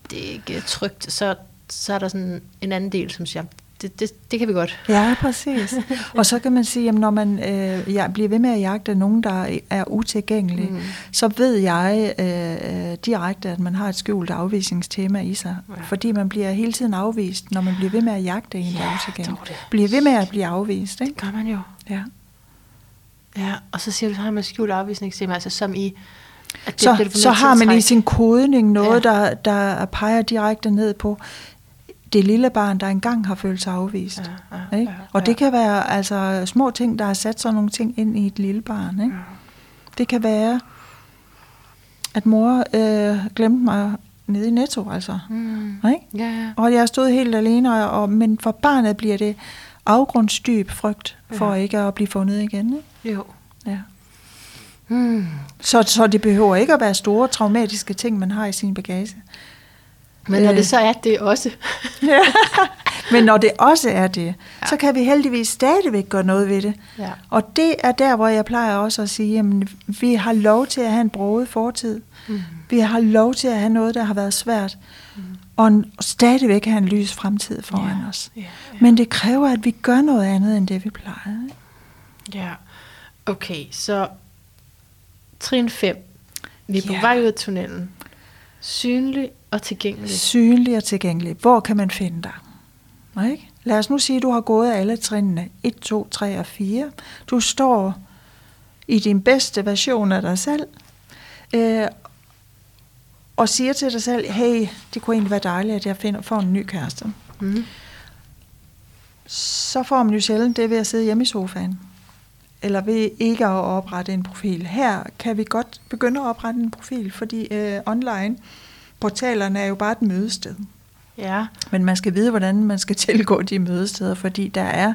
det er ikke trygt, så, så er der sådan en anden del, som siger, det, det, det kan vi godt. Ja, præcis. Og så kan man sige, at når man øh, ja, bliver ved med at jagte nogen, der er utilgængelige, mm. så ved jeg øh, direkte, at man har et skjult afvisningstema i sig. Ja. Fordi man bliver hele tiden afvist, når man bliver ved med at jagte en, der er utilgængelig. Bliver ved med at blive afvist, ikke? Det gør man jo. Ja. Ja, og så siger du, så har man skjult afvisningstema, altså som i... At det, så det, det så har man i sin kodning noget, ja. der, der peger direkte ned på det lille barn, der engang har følt sig afvist. Ja, ja, ikke? Ja, ja. Og det kan være altså små ting, der har sat sådan nogle ting ind i et lille barn. Ikke? Ja. Det kan være, at mor øh, glemte mig nede i Netto, altså. Mm. Ikke? Ja, ja. Og jeg stod helt alene, og, og, men for barnet bliver det afgrundsdyb frygt for ja. ikke at blive fundet igen. Ikke? Jo. Ja. Mm. Så, så det behøver ikke at være store traumatiske ting, man har i sin bagage. Men når øh. det så er det også. Ja. Men når det også er det, ja. så kan vi heldigvis stadigvæk gøre noget ved det. Ja. Og det er der, hvor jeg plejer også at sige, at vi har lov til at have en broget fortid. Mm. Vi har lov til at have noget, der har været svært. Mm. Og en, stadigvæk have en lys fremtid foran ja. os. Ja, ja. Men det kræver, at vi gør noget andet, end det vi plejer. Ikke? Ja, okay, så trin fem. Vi er på ja. vej ud af tunnelen. Synlig og tilgængelig. Synlig og tilgængelig. Hvor kan man finde dig? Ikke? Lad os nu sige, at du har gået alle trinene. et, to, tre og fire. Du står i din bedste version af dig selv. Øh, og siger til dig selv, hey, det kunne egentlig være dejligt, at jeg finder, får en ny kæreste. Mm. Så får man jo sjældent det ved at sidde hjemme i sofaen. Eller ved ikke at oprette en profil. Her kan vi godt begynde at oprette en profil, fordi øh, online portalerne er jo bare et mødested. Ja. Men man skal vide, hvordan man skal tilgå de mødesteder, fordi der er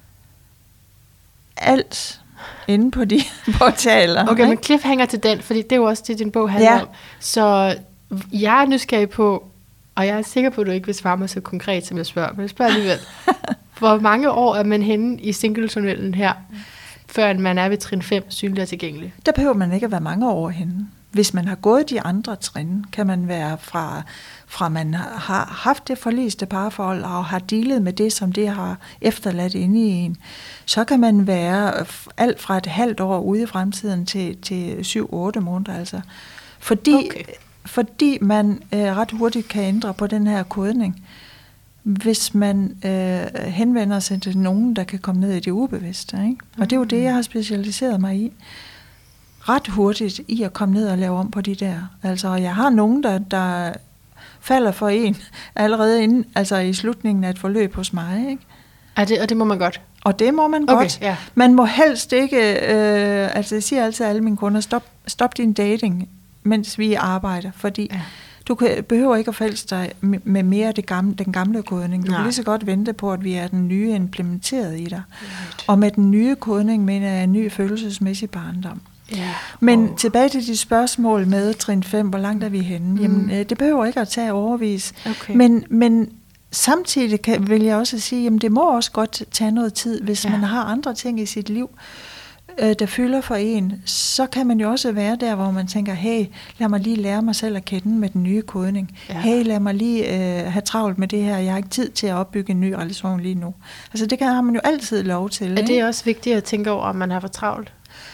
alt inde på de portaler. Okay, ikke? Men cliffhanger til den, fordi det er jo også det, din bog handler ja. om. Så jeg er nysgerrig på, og jeg er sikker på, at du ikke vil svare mig så konkret, som jeg spørger, men jeg spørger alligevel. Hvor mange år er man henne i single-tunnelen her, før man er ved trin fem, synlig og tilgængelig? Der behøver man ikke at være mange år henne. Hvis man har gået de andre trin, kan man være fra, fra man har haft det forliste parforhold og har dealet med det, som det har efterladt inde i en. Så kan man være alt fra et halvt år ude i fremtiden til, til syv otte måneder. Altså. Fordi, okay. fordi man øh, ret hurtigt kan ændre på den her kodning, hvis man øh, henvender sig til nogen, der kan komme ned i det ubevidste. Ikke? Og det er jo det, jeg har specialiseret mig i. Ret hurtigt i at komme ned og lave om på de der. Altså, jeg har nogen, der, der falder for en allerede inden, altså i slutningen af et forløb hos mig. Ikke? Er det, og det må man godt? Og det må man okay, godt. Ja. Man må helst ikke, øh, altså jeg siger altid til alle mine kunder, stop, stop din dating, mens vi arbejder, fordi ja. du kan, behøver ikke at forelske dig med mere det gamle, den gamle kodning. Du Nej. kan lige så godt vente på, at vi er den nye implementeret i dig. Right. Og med den nye kodning mener jeg en ny følelsesmæssig barndom. Yeah. Men oh. tilbage til de spørgsmål med trin fem, hvor langt er vi henne? Mm. Jamen, øh, det behøver ikke at tage overvis. Okay. Men, men samtidig kan, vil jeg også sige, at det må også godt tage noget tid, hvis ja. man har andre ting i sit liv, øh, der fylder for en. Så kan man jo også være der, hvor man tænker, hey, lad mig lige lære mig selv at kende med den nye kodning. Ja. Hey, lad mig lige øh, have travlt med det her. Jeg har ikke tid til at opbygge en ny relation lige nu. Altså det kan, har man jo altid lov til. Er det ikke? Også vigtigt at tænke over, om man har for travlt?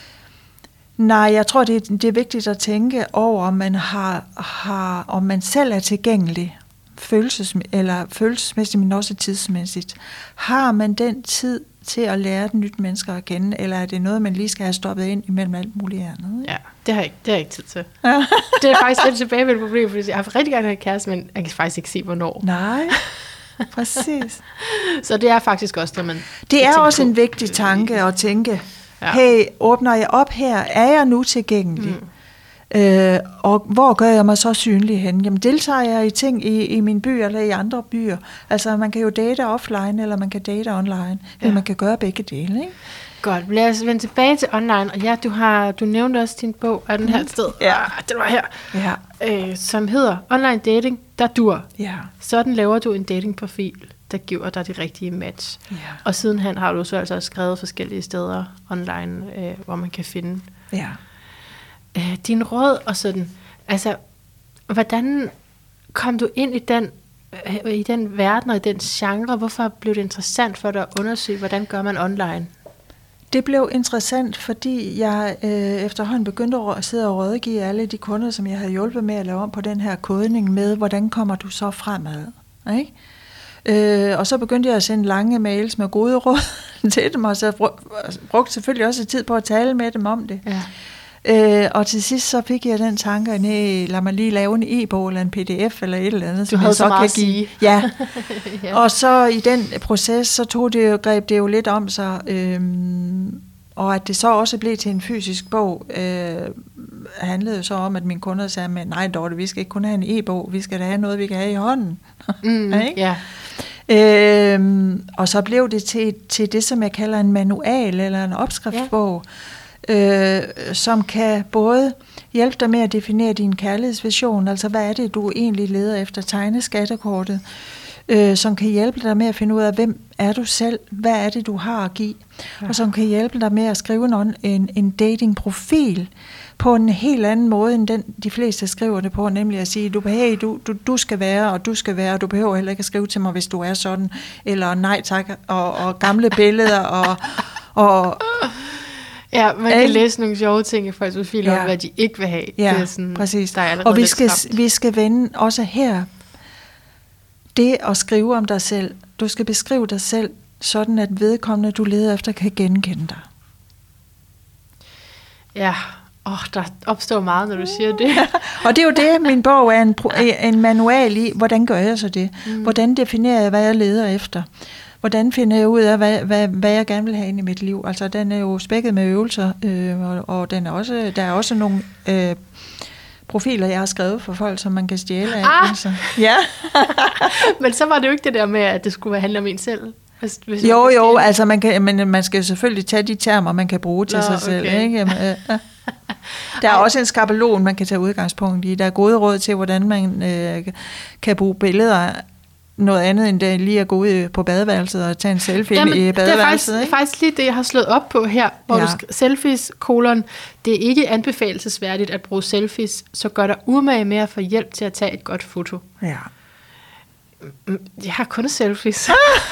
Nej, jeg tror, det er, det er vigtigt at tænke over, om man, har, har, om man selv er tilgængelig, følelses, eller følelsesmæssigt, men også tidsmæssigt. Har man den tid til at lære den nyt mennesker at kende, eller er det noget, man lige skal have stoppet ind imellem alt muligt andet? Ikke? Ja, det har jeg ikke, det har jeg ikke tid til. Det er faktisk lidt tilbage med et problem, fordi jeg har rigtig gerne have kæreste, men jeg kan faktisk ikke se, hvornår. Nej, præcis. Så det er faktisk også, når man... Det er også på. En vigtig tanke at tænke, ja. Hey, åbner jeg op her? Er jeg nu tilgængelig? Mm. Øh, og hvor gør jeg mig så synlig hen? Jamen, deltager jeg i ting i, i min by eller i andre byer? Altså, man kan jo date offline, eller man kan date online. Ja. Eller man kan gøre begge dele, ikke? Godt, lad os vende tilbage til online. Og ja, du, har, du nævnte også din bog, er den her mm. sted? Ja. Ah, den var her. Ja. Øh, som hedder Online Dating, der dur. Ja. Sådan laver du en datingprofil, der giver dig de rigtige match. Ja. Og sidenhen har du så altså skrevet forskellige steder online, øh, hvor man kan finde ja. øh, din råd og sådan. Altså, hvordan kom du ind i den, i den verden og i den genre? Hvorfor blev det interessant for dig at undersøge, hvordan gør man online? Det blev interessant, fordi jeg øh, efterhånden begyndte at sidde og rådgive alle de kunder, som jeg havde hjulpet med at lave om på den her kodning med, hvordan kommer du så fremad, ikke? Øh, og så begyndte jeg at sende lange mails med gode råd til dem, og så brugte selvfølgelig også tid på at tale med dem om det. Ja. Øh, og til sidst så fik jeg den tanke, nej, lad mig lige lave en e-bog eller en pdf eller et eller andet. Du havde så, så meget at sige. Ja. Ja. Og så i den proces, så tog det jo, greb det jo lidt om sig, øhm, og at det så også blev til en fysisk bog, øh, handlede jo så om, at mine kunder sagde, men nej Dorte, vi skal ikke kun have en e-bog, vi skal da have noget, vi kan have i hånden. Mm, ja. øhm, og så blev det til, til det, som jeg kalder en manual eller en opskriftsbog, ja. Øh, som kan både hjælpe dig med at definere din kærlighedsvision, altså hvad er det, du egentlig leder efter, tegne skattekortet, øh, som kan hjælpe dig med at finde ud af, hvem er du selv, hvad er det, du har at give, ja. Og som kan hjælpe dig med at skrive en, en datingprofil på en helt anden måde, end den de fleste skriver det på, nemlig at sige, du, hey, du, du, du skal være, og du skal være, og du behøver heller ikke at skrive til mig, hvis du er sådan, eller nej tak, og, og gamle billeder, og... og ja, man kan læse nogle sjove ting i folks profiler ja. om, hvad de ikke vil have. Ja, det er sådan, præcis. Der er og vi skal, vi skal vende også her, det at skrive om dig selv. Du skal beskrive dig selv, sådan at vedkommende, du leder efter, kan genkende dig. Ja, oh, der opstår meget, når du siger det. Og det er jo det, min bog er en, en manual i, hvordan gør jeg så det? Mm. Hvordan definerer jeg, hvad jeg leder efter? Hvordan finder jeg ud af, hvad, hvad, hvad jeg gerne vil have ind i mit liv? Altså, den er jo spækket med øvelser, øh, og, og den er også, der er også nogle øh, profiler, jeg har skrevet for folk, som man kan stjæle af. Ah! Altså. Ja. Men så var det jo ikke det der med, at det skulle handle om en selv. Hvis, hvis jo, jo, altså man, kan, men man skal selvfølgelig tage de termer, man kan bruge til Nå, sig selv. okay. Ikke? Jamen, øh, der er også en skabelon, man kan tage udgangspunkt i. Der er gode råd til, hvordan man øh, kan bruge billeder noget andet, end det lige at gå ud på badeværelset og tage en selfie Jamen, i badeværelset. Det er faktisk, ikke? faktisk lige det, jeg har slået op på her, hvor ja. du sk- selfies, kolon, det er ikke anbefalelsesværdigt at bruge selfies, så gør dig umage med at få hjælp til at tage et godt foto. Ja. Jeg har kun selfies.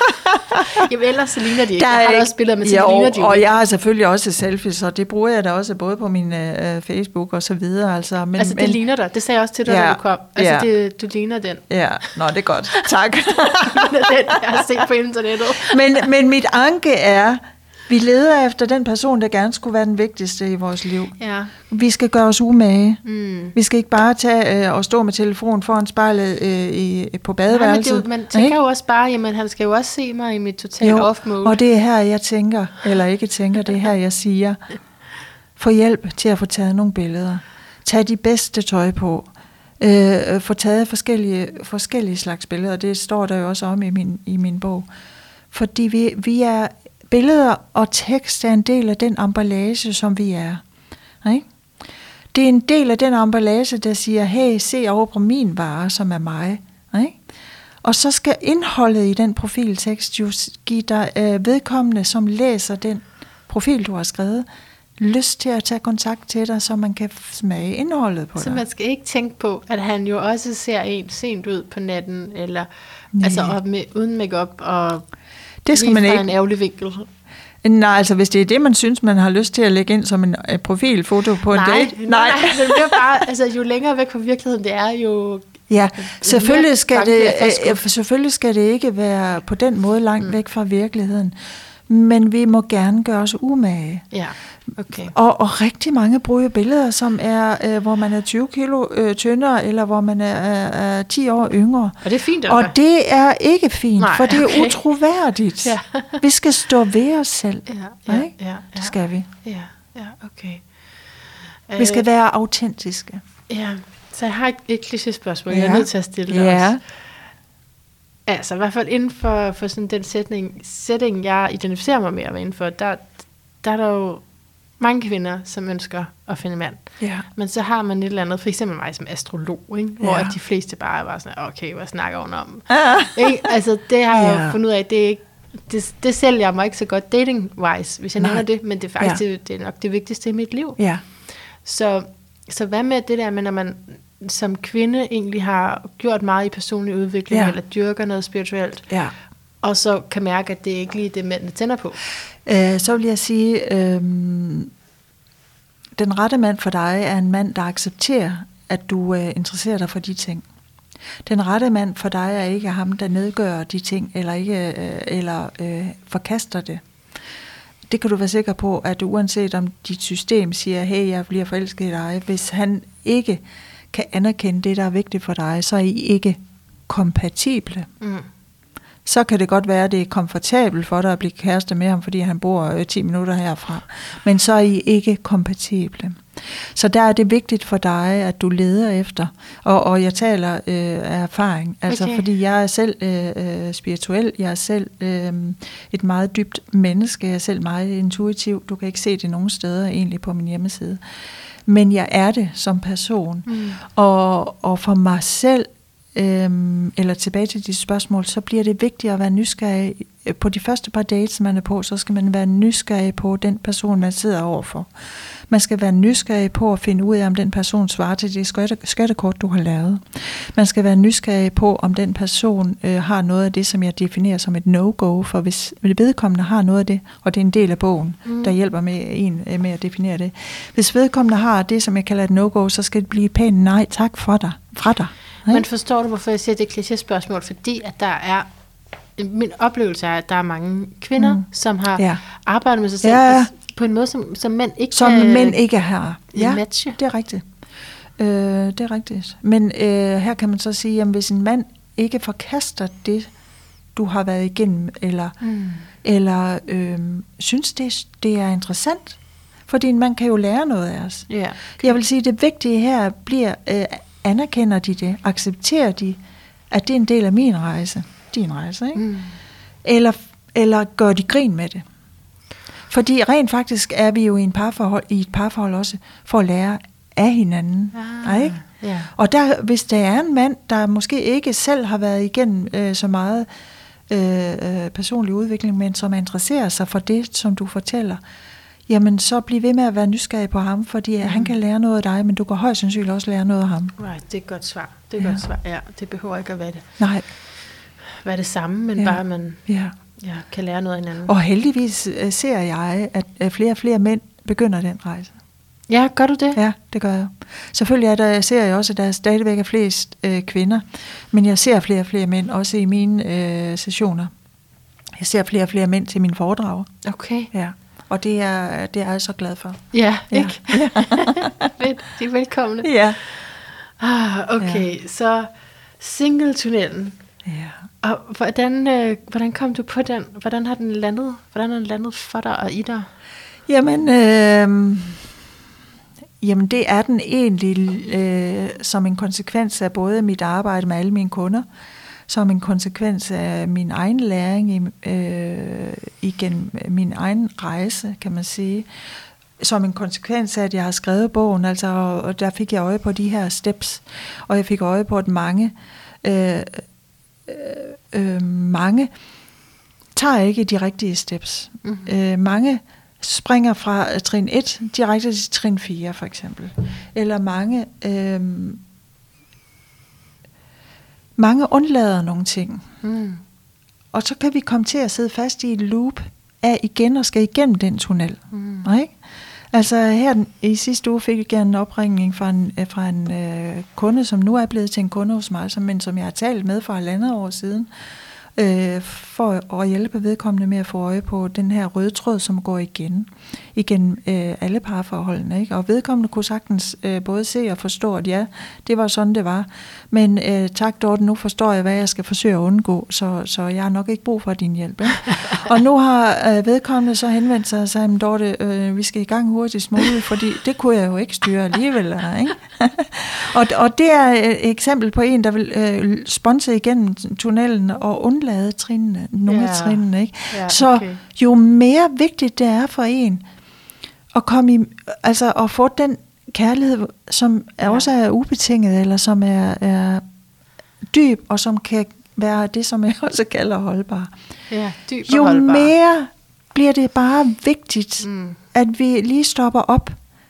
Jamen ellers så ligner de ikke. Der jeg har ikke, også billeder med, så jo, ligner de og jeg har selvfølgelig også selfies, og det bruger jeg da også både på min øh, Facebook og så videre. Altså, men, altså det men, ligner dig. Det sagde jeg også til dig, ja, da du kom. Altså ja. det, du ligner den. Ja, nå det er godt. Tak. den, jeg har set på internettet. men, men mit anke er, vi leder efter den person, der gerne skulle være den vigtigste i vores liv. Ja. Vi skal gøre os umage. Mm. Vi skal ikke bare tage øh, og stå med telefonen foran spejlet øh, i, på badeværelset. Nej, man tænker jo også bare, jamen han skal jo også se mig i mit totalt off-mode. Og det er her, jeg tænker, eller ikke tænker, det er her, jeg siger. Få hjælp til at få taget nogle billeder. Tag de bedste tøj på. Øh, få taget forskellige, forskellige slags billeder. Det står der jo også om i min, i min bog. Fordi vi, vi er... Billeder og tekst er en del af den emballage, som vi er. Ikke? Det er en del af den emballage, der siger, hey, se over på min vare, som er mig. Ikke? Og så skal indholdet i den profiltekst jo give dig øh, vedkommende, som læser den profil, du har skrevet, lyst til at tage kontakt til dig, så man kan smage indholdet på så dig. Så man skal ikke tænke på, at han jo også ser en sent ud på natten, eller nee. altså op med, uden makeup og... Det skal man ikke. en ærgerlig vinkel. Nej, altså hvis det er det, man synes, man har lyst til at lægge ind som en uh, profilfoto på nej, en date. Nej, nej, det bliver bare, altså jo længere væk fra virkeligheden det er, jo... Ja, selvfølgelig skal, det, uh, selvfølgelig skal det ikke være på den måde langt mm. væk fra virkeligheden. Men vi må gerne gøre os umage. Ja, okay. Og, og rigtig mange bruger billeder, som er, øh, hvor man er tyve kilo øh, tyndere, eller hvor man er, er, er ti år yngre. Og det er fint, eller? Og det er ikke fint, nej, for det er okay. utroværdigt. Ja. Vi skal stå ved os selv. Ja, ja, ja, ja. Det skal vi. Ja, ja, okay. Vi skal være autentiske. Ja, så jeg har et, et kliché-spørgsmål, ja. jeg er nødt til at stille dig ja. også. Altså i hvert fald inden for, for sådan den sætning, setting, jeg identificerer mig med at være inden for, der, der er der jo mange kvinder, som ønsker at finde mand. Ja. Men så har man et eller andet, for eksempel mig som astrolog, ikke? Hvor ja. de fleste bare var sådan, okay, hvad snakker hun om? Ja. Ikke? Altså det har jeg ja. fundet ud af, det er ikke, det, det sælger mig ikke så godt dating-wise, hvis jeg nævner det, men det er faktisk ja. det, det er nok det vigtigste i mit liv. Ja. Så, så hvad med det der med, når man som kvinde egentlig har gjort meget i personlig udvikling, ja. eller dyrker noget spirituelt, ja. og så kan mærke, at det ikke lige er det, mændene tænder på? Øh, så vil jeg sige, øh, den rette mand for dig er en mand, der accepterer, at du øh, interesserer dig for de ting. Den rette mand for dig er ikke ham, der nedgør de ting, eller, ikke, øh, eller øh, forkaster det. Det kan du være sikker på, at uanset om dit system siger, hey, jeg bliver forelsket i dig, hvis han ikke kan anerkende det, der er vigtigt for dig, så er I ikke kompatible. Mm. Så kan det godt være, at det er komfortabelt for dig at blive kæreste med ham, fordi han bor øh, ti minutter herfra. Men så er I ikke kompatible. Så der er det vigtigt for dig, at du leder efter. Og, og jeg taler øh, af erfaring. Altså, okay. Fordi jeg er selv øh, spirituel. Jeg er selv øh, et meget dybt menneske. Jeg er selv meget intuitiv. Du kan ikke se det nogen steder egentlig på min hjemmeside. Men jeg er det som person. Mm. Og, og for mig selv, Øhm, eller tilbage til de spørgsmål, så bliver det vigtigt at være nysgerrig. På de første par dates, man er på, så skal man være nysgerrig på den person, man sidder overfor. Man skal være nysgerrig på at finde ud af, om den person svarer til det skatte, skattekort, du har lavet. Man skal være nysgerrig på, om den person øh, har noget af det, som jeg definerer som et no-go, for hvis vedkommende har noget af det, og det er en del af bogen, mm. der hjælper med en med at definere det. Hvis vedkommende har det, som jeg kalder et no-go, så skal det blive et pænt nej tak for dig, fra dig. Men forstår du, hvorfor jeg siger, det er et kliché-spørgsmål? Fordi at der er, min oplevelse er, at der er mange kvinder, mm. som har ja. arbejdet med sig selv ja. på en måde, som, som mænd ikke som kan mænd ikke har. Ja, matche. Det er rigtigt. Øh, det er rigtigt. Men øh, her kan man så sige, at hvis en mand ikke forkaster det, du har været igennem, eller, mm. eller øh, synes, det, det er interessant, fordi en mand kan jo lære noget af os. Yeah. Jeg vil sige, at det vigtige her bliver... Øh, anerkender de det? Accepterer de, at det er en del af min rejse? Din rejse, ikke? Mm. Eller, eller gør de grin med det? Fordi rent faktisk er vi jo i, en parforhold, i et parforhold også for at lære af hinanden. Ah, ikke? Yeah. Og der, hvis der er en mand, der måske ikke selv har været igennem øh, så meget øh, personlig udvikling, men som interesserer sig for det, som du fortæller, jamen så bliv ved med at være nysgerrig på ham, fordi mm. han kan lære noget af dig, men du kan højst sandsynligt også lære noget af ham. Right, det er et godt svar. Det er ja. godt svar. Ja, det behøver ikke at være det. Nej. Være det samme, men ja. bare at man ja. Ja, kan lære noget af hinanden. Og heldigvis uh, ser jeg, at flere og flere mænd begynder den rejse. Ja, gør du det? Ja, det gør jeg. Selvfølgelig er der, ser jeg også, at der stadigvæk er flest øh, kvinder, men jeg ser flere og flere mænd, også i mine øh, sessioner. Jeg ser flere og flere mænd til mine foredrag. Okay. Ja. Og det er, det er jeg så glad for. Ja, ikke? Ja. Fedt, de er velkomne. Ja. Ah, okay, ja. Så single-tunnelen. Ja. Og hvordan, øh, hvordan kom du på den? Hvordan har den landet? Hvordan har den landet for dig og i dig? Jamen, øh, jamen det er den egentlig øh, som en konsekvens af både mit arbejde med alle mine kunder, som en konsekvens af min egen læring øh, igen min egen rejse, kan man sige, som en konsekvens af, at jeg har skrevet bogen, altså, og der fik jeg øje på de her steps, og jeg fik øje på, at mange øh, øh, mange tager ikke de rigtige steps. Mm-hmm. Øh, mange springer fra trin et direkte til trin fire, for eksempel. Eller mange øh, mange undlader nogle ting. Mm. Og så kan vi komme til at sidde fast i et loop af igen og skal igennem den tunnel. Mm. Ikke? Altså her i sidste uge fik jeg en opringning fra en, fra en øh, kunde, som nu er blevet til en kunde hos mig, som, men som jeg har talt med for halvandet år siden, øh, for at hjælpe vedkommende med at få øje på den her røde tråd, som går igen, igen øh, alle parforholdene. Ikke? Og vedkommende kunne sagtens øh, både se og forstå, at ja, det var sådan, det var. Men øh, tak, Dorte, nu forstår jeg, hvad jeg skal forsøge at undgå, så, så jeg har nok ikke brug for din hjælp. Ikke? Og nu har øh, vedkommende så henvendt sig og sagt, Dorte, øh, vi skal i gang hurtigst muligt, fordi det kunne jeg jo ikke styre alligevel. Ikke? og, og det er et eksempel på en, der vil øh, sponse igennem tunnelen og undlade trinene, nogle ja. af trinene. Ikke? Ja, okay. Så jo mere vigtigt det er for en at komme i, altså at få den kærlighed, som ja. også er ubetinget, eller som er, er dyb, og som kan være det, som jeg også kalder holdbar. Ja, dyb jo og holdbar. mere bliver det bare vigtigt, mm. at vi lige stopper op,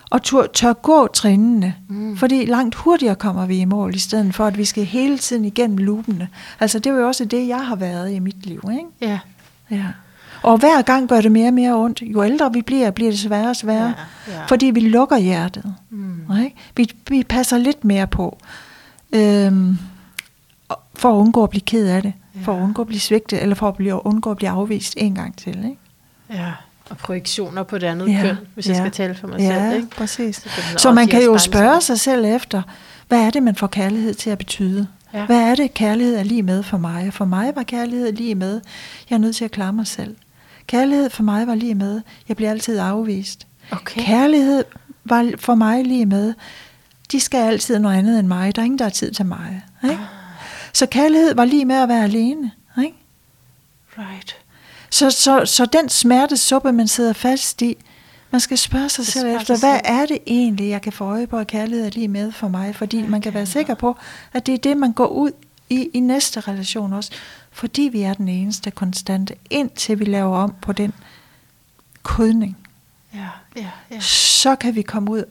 og tør, tør gå trinene, mm. fordi langt hurtigere kommer vi i mål, i stedet for, at vi skal hele tiden igennem loopene. Altså, det er jo også det, jeg har været i mit liv, ikke? Ja. Ja. Og hver gang gør det mere og mere ondt. Jo ældre vi bliver, bliver det sværere og sværere, ja, ja. fordi vi lukker hjertet. Mm. Ikke? Vi, vi passer lidt mere på, øhm, for at undgå at blive ked af det, ja. for at undgå at blive svigtet, eller for at blive, undgå at blive afvist en gang til, ikke? Ja. Og projektioner på det andet ja, køn, hvis ja, jeg skal tale for mig ja, selv. Ikke? Præcis. Så, så man kan jo spørge sig selv efter, hvad er det, man får kærlighed til at betyde? Ja. Hvad er det, kærlighed er lige med for mig? For mig var kærlighed lige med, jeg er nødt til at klare mig selv. Kærlighed for mig var lige med, jeg bliver altid afvist. Okay. Kærlighed var for mig lige med, de skal altid noget andet end mig, der er ingen, der har tid til mig. Ikke? Ah. Så kærlighed var lige med at være alene. Ikke? Right. Så, så, så den smertesuppe, man sidder fast i, man skal spørge sig selv efter, sig hvad selv. Er det egentlig, jeg kan få øje på, at kærlighed er lige med for mig? Fordi man kan være sikker på, at det er det, man går ud i, i næste relation også. Fordi vi er den eneste konstante, indtil vi laver om på den kodning. Ja, ja, ja. Så kan vi komme ud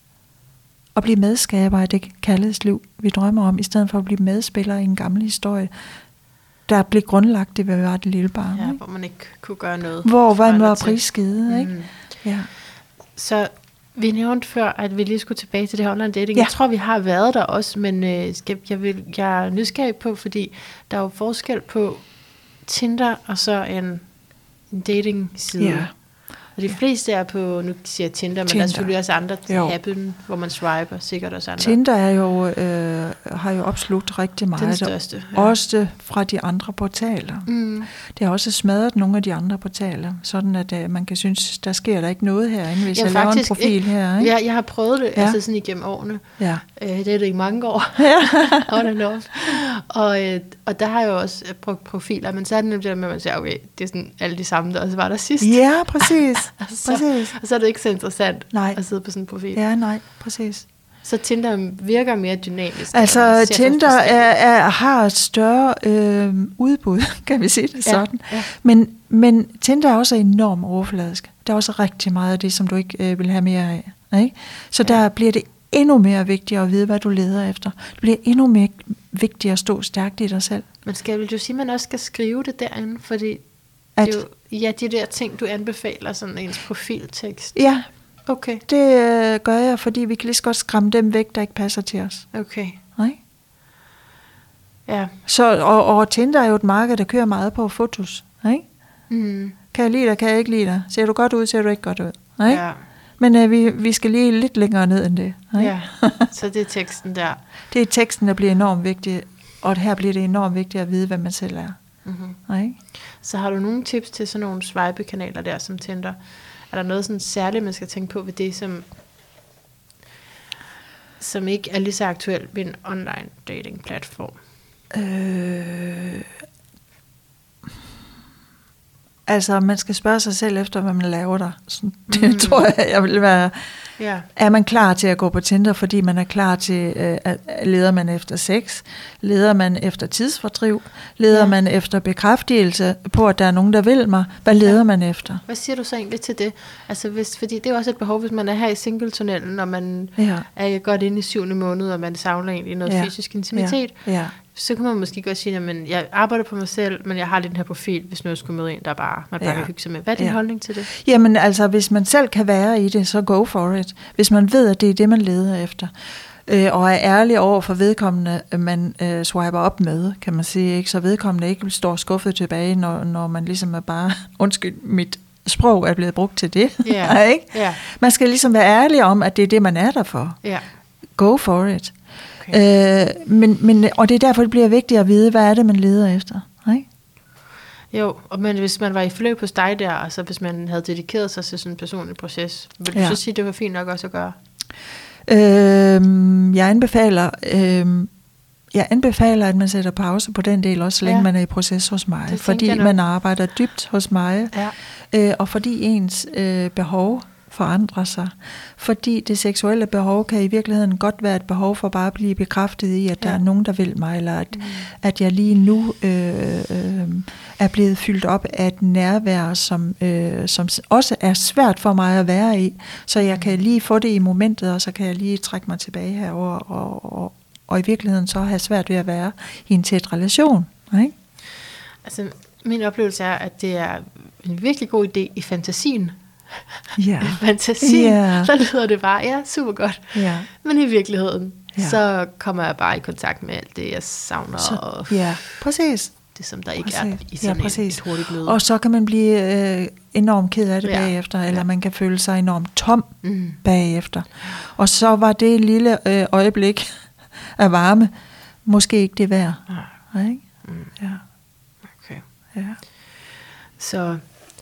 og blive medskaber af det kærlighedsliv, vi drømmer om, i stedet for at blive medspillere i en gammel historie, der blev grundlagt, det var det lille barn. Ja, ikke? hvor man ikke kunne gøre noget. Hvor var man var prisgivet, ikke? Mm. Ja. Så vi nævnte før, at vi lige skulle tilbage til det her online dating. Ja. Jeg tror, vi har været der også, men øh, skal, jeg, vil, jeg er nysgerrig på, fordi der er jo forskel på Tinder og så en, en dating-side. Ja. Og de fleste er på, nu siger jeg Tinder, men Tinder. Der er selvfølgelig også andre happen, hvor man swiper, sikkert også andre. Tinder er jo, øh, har jo opslugt rigtig meget. Den største. Ja. Også fra de andre portaler. Mm. Det har også smadret nogle af de andre portaler, sådan at øh, man kan synes, der sker der ikke noget herinde, hvis Jamen, jeg laver en profil ikke, her. Ikke? Ja, jeg har prøvet det, ja. altså sådan igennem årene. Ja. Øh, det er det i mange år. On and off. Og, øh, og der har jeg jo også brugt profiler, men så er det nemlig det med, at man siger, okay, det er sådan alle de samme, der også var der sidst. Ja, præcis. Så, og så er det ikke så interessant nej. at sidde på sådan en profil. Ja, nej, præcis. Så Tinder virker mere dynamisk. Altså Tinder er, er, har et større øh, udbud, kan vi sige det ja, sådan. Ja. Men, men Tinder er også enormt overfladisk. Der er også rigtig meget af det, som du ikke øh, vil have mere af. Ikke? Så ja. Der bliver det endnu mere vigtigt at vide, hvad du leder efter. Det bliver endnu mere vigtigt at stå stærkt i dig selv. Men skal vil du sige, at man også skal skrive det derinde? Fordi at, det er jo, ja, de der ting, du anbefaler, sådan ens profiltekst. Ja, okay. Det øh, gør jeg, fordi vi kan lige så godt skræmme dem væk, der ikke passer til os. Okay. Nej? Ja. Så, og, og Tinder er jo et marked, der kører meget på fotos. Ikke? Mm. Kan jeg lide dig, kan jeg ikke lide dig? Ser du godt ud, ser du ikke godt ud? Ikke? Ja. Men øh, vi, vi skal lige lidt længere ned end det. Ikke? Ja, så det er teksten der. Det er teksten, der bliver enormt vigtig, og her bliver det enormt vigtigt at vide, hvad man selv er. Mm-hmm. Ikke? Så har du nogle tips til sådan nogle swipe-kanaler der, som Tinder? Er der noget sådan særligt, man skal tænke på ved det, som, som ikke er lige så aktuelt ved en online dating-platform? Øh, altså, man skal spørge sig selv efter, hvad man laver der. Sådan, det mm. tror jeg, jeg vil være... Ja. Er man klar til at gå på Tinder, fordi man er klar til, øh, at leder man efter sex, leder man efter tidsfordriv, leder ja. man efter bekræftelse på, at der er nogen, der vil mig, hvad leder ja. man efter? Hvad siger du så egentlig til det? Altså, hvis, fordi det er også et behov, hvis man er her i single-tunnelen, og man ja. er godt inde i syvende måned, og man savner egentlig noget ja. fysisk intimitet, ja. Ja. så kan man måske godt sige, at jeg arbejder på mig selv, men jeg har den her profil, hvis nu jeg skulle møde en, der bare, man bare ja. kan hygge sig med. Hvad er din ja. holdning til det? Jamen altså, hvis man selv kan være i det, så go for it. Hvis man ved, at det er det, man leder efter, øh, og er ærlig over for vedkommende, man øh, swiper op med, kan man sige, ikke? Så vedkommende ikke står skuffet tilbage, når, når man ligesom er bare, undskyld, mit sprog er blevet brugt til det. Yeah. ikke? Yeah. Man skal ligesom være ærlig om, at det er det, man er der for. Yeah. Go for it. Okay. Øh, men, men, og det er derfor, det bliver vigtigt at vide, hvad er det, man leder efter. Ikke? Jo, og men hvis man var i forløb hos dig der, altså hvis man havde dedikeret sig til sådan en personlig proces, vil du ja. så sige, at det var fint nok også at gøre? Øh, jeg anbefaler... Øh, Jeg anbefaler, at man sætter pause på den del, også så længe ja. man er i proces hos mig. Fordi man arbejder dybt hos mig, ja. øh, og fordi ens øh, behov forandrer sig. Fordi det seksuelle behov kan i virkeligheden godt være et behov for bare at blive bekræftet i, at ja. der er nogen, der vil mig, eller at, mm. at jeg lige nu øh, øh, er blevet fyldt op af et nærvær, som, øh, som også er svært for mig at være i. Så jeg kan lige få det i momentet, og så kan jeg lige trække mig tilbage herover og, og, og i virkeligheden så have svært ved at være i en tæt relation. Ikke? Altså, min oplevelse er, at det er en virkelig god idé i fantasien. Ja. I fantasien, Ja. så lyder det bare, ja, super godt. Ja. Men i virkeligheden, Ja. så kommer jeg bare i kontakt med alt det, jeg savner, Så, og ja, præcis. det, som der ikke Præcis. er i sådan Ja, præcis. et, et hurtigt møde. Og så kan man blive øh, enormt ked af det Ja. bagefter, eller Ja. man kan føle sig enormt tom Mm. bagefter. Og så var det lille øh, øjeblik af varme måske ikke det værd. Ja. Ikke? Mm. Ja. Okay. Ja. Så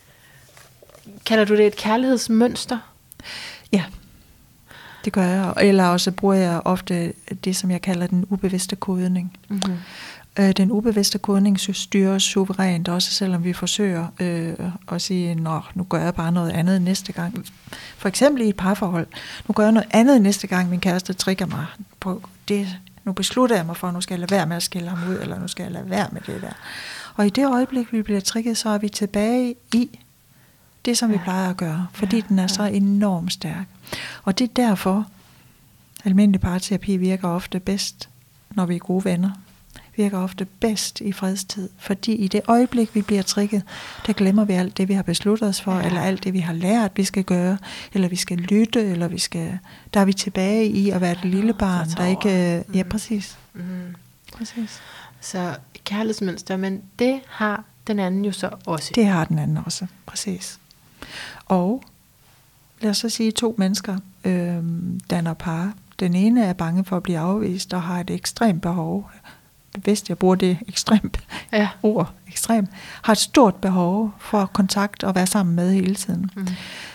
kalder du det et kærlighedsmønster? Ja, det gør jeg. Eller også bruger jeg ofte det, som jeg kalder den ubevidste kodning. Mm-hmm. Øh, den ubevidste kodning styrer suverænt, også selvom vi forsøger øh, at sige, nå, nu gør jeg bare noget andet næste gang. For eksempel i et parforhold. Nu gør jeg noget andet næste gang, min kæreste trigger mig på det. Nu beslutter jeg mig for, at nu skal jeg lade være med at skælde ham ud, eller nu skal jeg lade være med det der. Og i det øjeblik, vi bliver trigget, så er vi tilbage i det, som ja. vi plejer at gøre, fordi ja, den er ja. så enormt stærk. Og det er derfor, almindelig parterapi virker ofte bedst, når vi er gode venner. Virker ofte bedst i fredstid, fordi i det øjeblik, vi bliver trigget, der glemmer vi alt det, vi har besluttet os for, ja. eller alt det, vi har lært, vi skal gøre, eller vi skal lytte, eller vi skal... Der er vi tilbage i at være et lille barn, der ikke... Mm. Ja, præcis. Mm. præcis. Så kærlighedsmønster, men det har den anden jo så også. Det har den anden også, præcis. Og lad os så sige, to mennesker øh, danner par. Den ene er bange for at blive afvist og har et ekstremt behov. Hvis jeg bruger det ekstremt ja. ord, ekstremt, har et stort behov for kontakt og være sammen med hele tiden. Mm.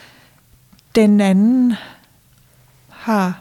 Den anden har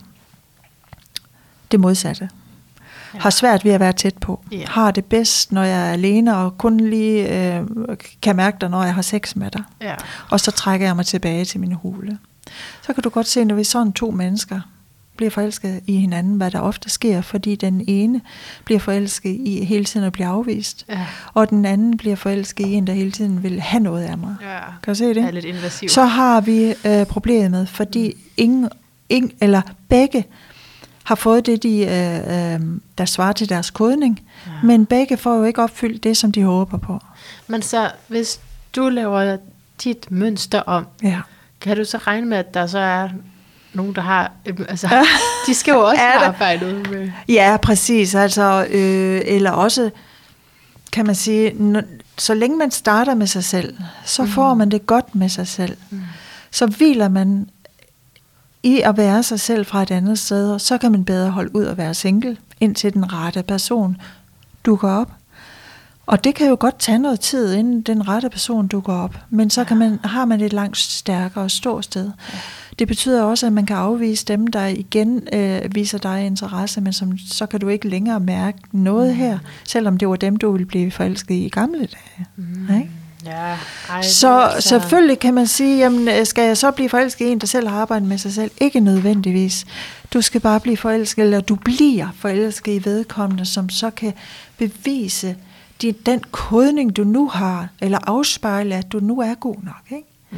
det modsatte. Ja. Har svært ved at være tæt på. Ja. Har det bedst, når jeg er alene og kun lige øh, kan mærke dig, når jeg har sex med dig. Ja. Og så trækker jeg mig tilbage til min hule. Så kan du godt se, når vi sådan to mennesker bliver forelsket i hinanden, hvad der ofte sker, fordi den ene bliver forelsket i hele tiden at blive afvist, ja. og den anden bliver forelsket i en, der hele tiden vil have noget af mig. Ja. Kan du se det? Det er lidt invasiv. Så har vi øh, problemet, fordi mm. ingen, ingen, eller begge har fået det, de, øh, øh, der svarer til deres kodning, ja. men begge får jo ikke opfyldt det, som de håber på. Men så, hvis du laver dit mønster om, ja. kan du så regne med, at der så er nogen, der har... Altså, ja. de skal jo også arbejde med... Ja, præcis. Altså, øh, eller også, kan man sige, når, så længe man starter med sig selv, så mm. får man det godt med sig selv. Mm. Så hviler man i at være sig selv fra et andet sted, og så kan man bedre holde ud og være single, indtil den rette person dukker op. Og det kan jo godt tage noget tid, inden den rette person dukker op. Men så kan man, har man et langt stærkere ståsted. Ja. Det betyder også, at man kan afvise dem, der igen øh, viser dig interesse, men som, så kan du ikke længere mærke noget mm. her, selvom det var dem, du ville blive forelsket i i gamle dage. Mm. Ikke? Ja, ej, så, så selvfølgelig kan man sige, jamen, skal jeg så blive forelsket i en, der selv har arbejdet med sig selv? Ikke nødvendigvis. Du skal bare blive forelsket, eller du bliver forelsket i vedkommende, som så kan bevise de, den kodning, du nu har, eller afspejle, at du nu er god nok. Ikke? Mm.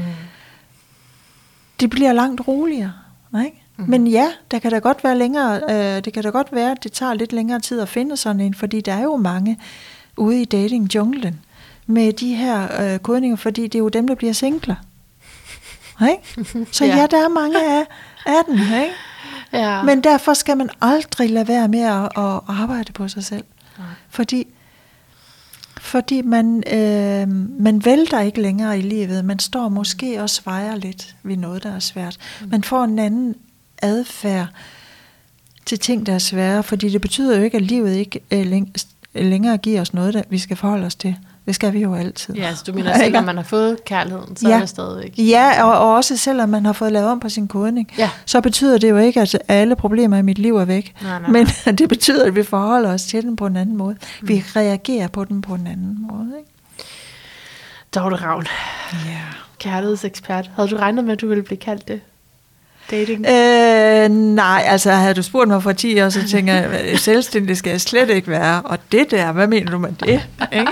Det bliver langt roligere. Ikke? Mm. Men ja, der kan da godt være længere, øh, det kan da godt være, at det tager lidt længere tid at finde sådan en, fordi der er jo mange ude i dating-junglen med de her øh, kodninger, fordi det er jo dem, der bliver singler. Ikke? Så ja. ja, der er mange af, af dem. Ikke? Ja. Men derfor skal man aldrig lade være med at, at arbejde på sig selv. Nej. Fordi Fordi man, øh, man vælter ikke længere i livet. Man står måske og svejer lidt ved noget, der er svært. Man får en anden adfærd til ting, der er svære. Fordi det betyder jo ikke, at livet ikke øh, læng- længere giver os noget, der vi skal forholde os til. Det skal vi jo altid. Ja, så du mener, selvom man har fået kærligheden, så ja. er det stadigvæk. Ja, og, og også selvom man har fået lavet om på sin kodning, ja. så betyder det jo ikke, at alle problemer i mit liv er væk. Nej, nej, Men nej. det betyder, at vi forholder os til den på en anden måde. Mm. Vi reagerer på den på en anden måde. Ikke? Dorthe Ravn. Ja. Kærlighedsekspert. Havde du regnet med, at du ville blive kaldt det? dating? Øh, nej, altså havde du spurgt mig for ti år, så tænker jeg, selvstændig skal jeg slet ikke være. Og det der, hvad mener du med det? Ikke?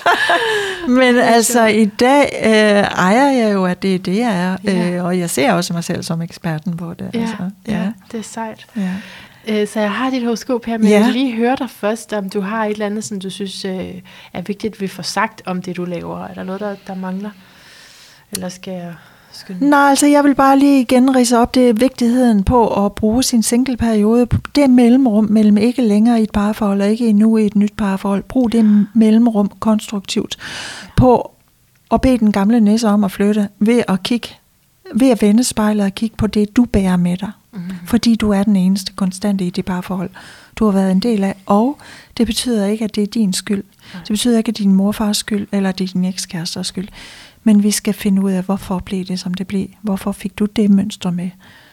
Men altså i dag øh, ejer jeg jo, at det er det, jeg er. Ja. Øh, og jeg ser også mig selv som eksperten på det. Ja, altså. ja. ja det er sejt. Ja. Øh, så jeg har dit horoskop her, men ja. jeg vil lige høre dig først, om du har et eller andet, som du synes øh, er vigtigt, at vi får sagt om det, du laver. Er der noget, der, der mangler? Eller skal jeg... Nej, altså jeg vil bare lige igen ridse op, det er vigtigheden på at bruge sin singleperiode. Det mellemrum mellem ikke længere i et parforhold, og ikke endnu i et nyt parforhold. Brug det mellemrum konstruktivt på at bede den gamle nisse om at flytte ved at kigge, ved at vende spejlet og kigge på det, du bærer med dig. Mm-hmm. Fordi du er den eneste konstante i det parforhold, du har været en del af. Og det betyder ikke, at det er din skyld. Mm. Det betyder ikke, at det er din morfars skyld, eller det er din ekskæresters skyld. Men vi skal finde ud af, hvorfor blev det, som det blev. Hvorfor fik du det mønster med?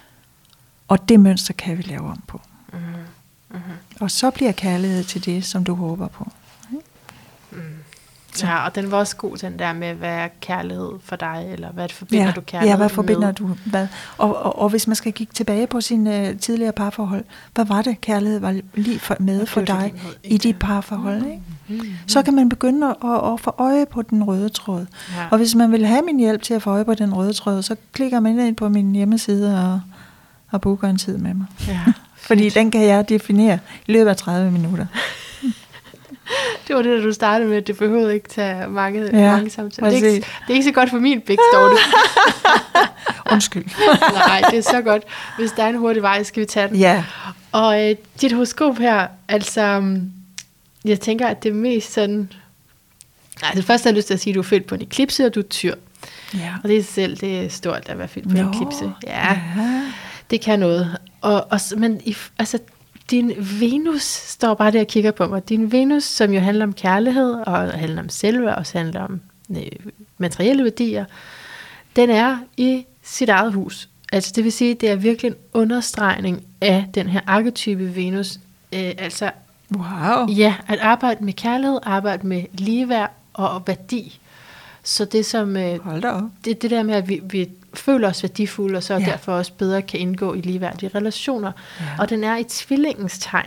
Og det mønster kan vi lave om på. Mm-hmm. Mm-hmm. Og så bliver kærlighed til det, som du håber på. Mm. Mm. Ja, og den var også god, den der med, hvad er kærlighed for dig, eller hvad forbinder ja, du kærlighed Ja, hvad forbinder med? du hvad? Og, og, og hvis man skal kigge tilbage på sine uh, tidligere parforhold, hvad var det, kærlighed var lige for, med for dig i dit parforhold? Mm. Ikke? Mm. Så kan man begynde at, at få øje på den røde tråd. Ja. Og hvis man vil have min hjælp til at få øje på den røde tråd, så klikker man ind på min hjemmeside og, og booker en tid med mig. Ja, fordi den kan jeg definere i løbet af tredive minutter. Det var det, der du startede med. Det behøvede ikke tage mange, ja, mange samtaler. Det er, ikke, det er ikke så godt for min big story. Undskyld. Nej, det er så godt. Hvis der er en hurtig vej, skal vi tage den. Ja. Og øh, dit horoskop her, altså, jeg tænker, at det er mest sådan... Nej, det første, jeg har lyst til at sige, at du er født på en eklipse, og du er tyr. Ja. Og det er selv, det er stort at være født på en eklipse. Ja, ja, det kan noget. Og, og, men i, altså... Din Venus står bare der og kigger på mig. Din Venus, som jo handler om kærlighed, og handler om selve, og også handler om øh, materielle værdier, den er i sit eget hus. Altså det vil sige, det er virkelig en understregning af den her arketype Venus. Øh, altså, wow. Ja, at arbejde med kærlighed, arbejde med ligeværd og værdi. Så det som... Øh, Hold da op. Det, det der med, at vi... vi føler os værdifulde, og så ja. derfor også bedre kan indgå i ligeværdige relationer. Ja. Og den er i tvillingens tegn.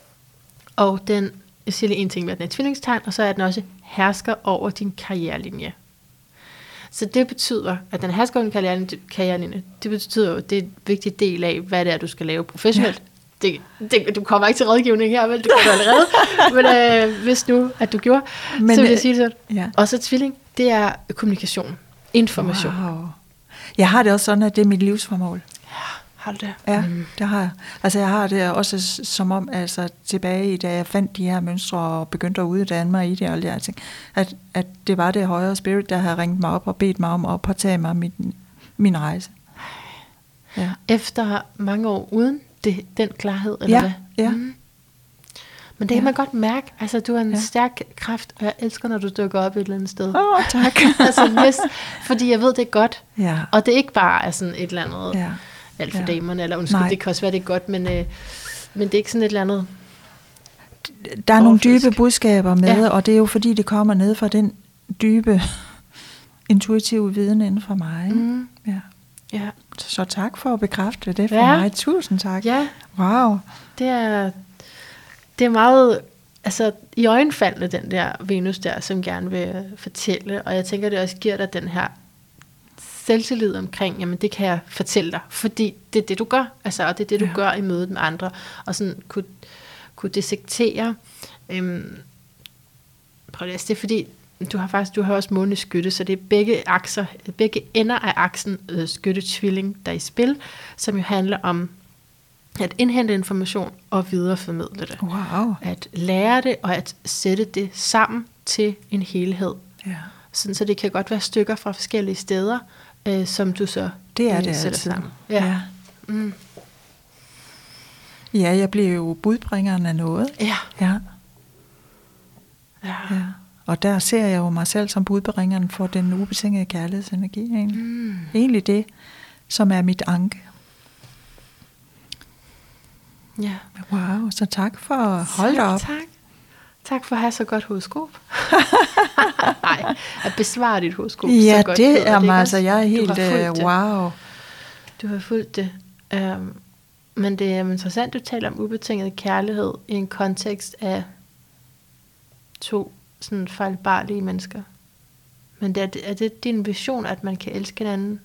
Og den, jeg siger lige en ting med, at den er tvillingens tegn, og så er den også hersker over din karrierelinje. Så det betyder, at den hersker over din karrierelinje, det betyder jo, at det er en vigtig del af, hvad det er, du skal lave professionelt. Ja. Det, det, du kommer ikke til rådgivning her, vel? Du gør det allerede. Men øh, hvis nu, at du gjorde, Men, så vil jeg sige det sådan. Ja. Og så tvilling, det er kommunikation, information. Wow. Jeg har det også sådan, at det er mit livsformål. Ja, har du det? Ja, mm. det har jeg. Altså jeg har det også som om, altså tilbage i, da jeg fandt de her mønstre og begyndte at uddanne mig i det, og jeg tænkte, at, at det var det højere spirit, der havde ringet mig op og bedt mig om at påtage mig min, min rejse. Ja. Efter mange år uden det, den klarhed, eller ja, hvad? Ja, mm. Men det kan ja. man godt mærke. Altså, du har en ja. stærk kraft, og jeg elsker, når du dukker op et eller andet sted. Åh, oh, tak. altså, næst, fordi jeg ved, det er godt. Ja. Og det er ikke bare er sådan et eller andet ja. alt for ja. damerne, eller undskyld, Nej. det kan også være, det er godt, men, øh, men det er ikke sådan et eller andet. Der er nogle dybe budskaber med, ja. og det er jo fordi, det kommer ned fra den dybe, intuitive viden inden for mig. Mm. Ja. Ja. Så tak for at bekræfte det for ja. mig. Tusind tak. Ja. Wow. Det er... Det er meget, altså i øjenfaldende, den der Venus der, som gerne vil fortælle, og jeg tænker, det også giver dig den her selvtillid omkring, jamen det kan jeg fortælle dig, fordi det er det, du gør, altså, og det er det, du ja. gør i mødet med andre, og sådan kunne, kunne dissektere. Øhm, prøv at læse det, fordi du har faktisk, du har også måne skytte, så det er begge akser, begge ender af aksen øh, skytte-tvilling, der er i spil, som jo handler om at indhente information og videreformidle det. Wow. At lære det, og at sætte det sammen til en helhed. Ja. Sådan, så det kan godt være stykker fra forskellige steder, øh, som du så det er øh, det sætter altid. sammen. Ja. Ja. Mm. ja, jeg bliver jo budbringeren af noget. Ja. Ja. Ja. ja. Og der ser jeg jo mig selv som budbringeren for den ubetingede kærlighedsenergi. Egentlig, mm. egentlig det, som er mit anke. Ja. Wow, så tak for at holde dig op. Tak. Tak for at have så godt horoskop. Nej, at besvare dit horoskop ja, så godt. Ja, det er mig, det altså, jeg er helt, du uh, wow. Du har fulgt det Øhm, men det er interessant, at du taler om ubetinget kærlighed i en kontekst af to sådan fejlbarlige mennesker. Men det er, er det din vision, at man kan elske hinanden?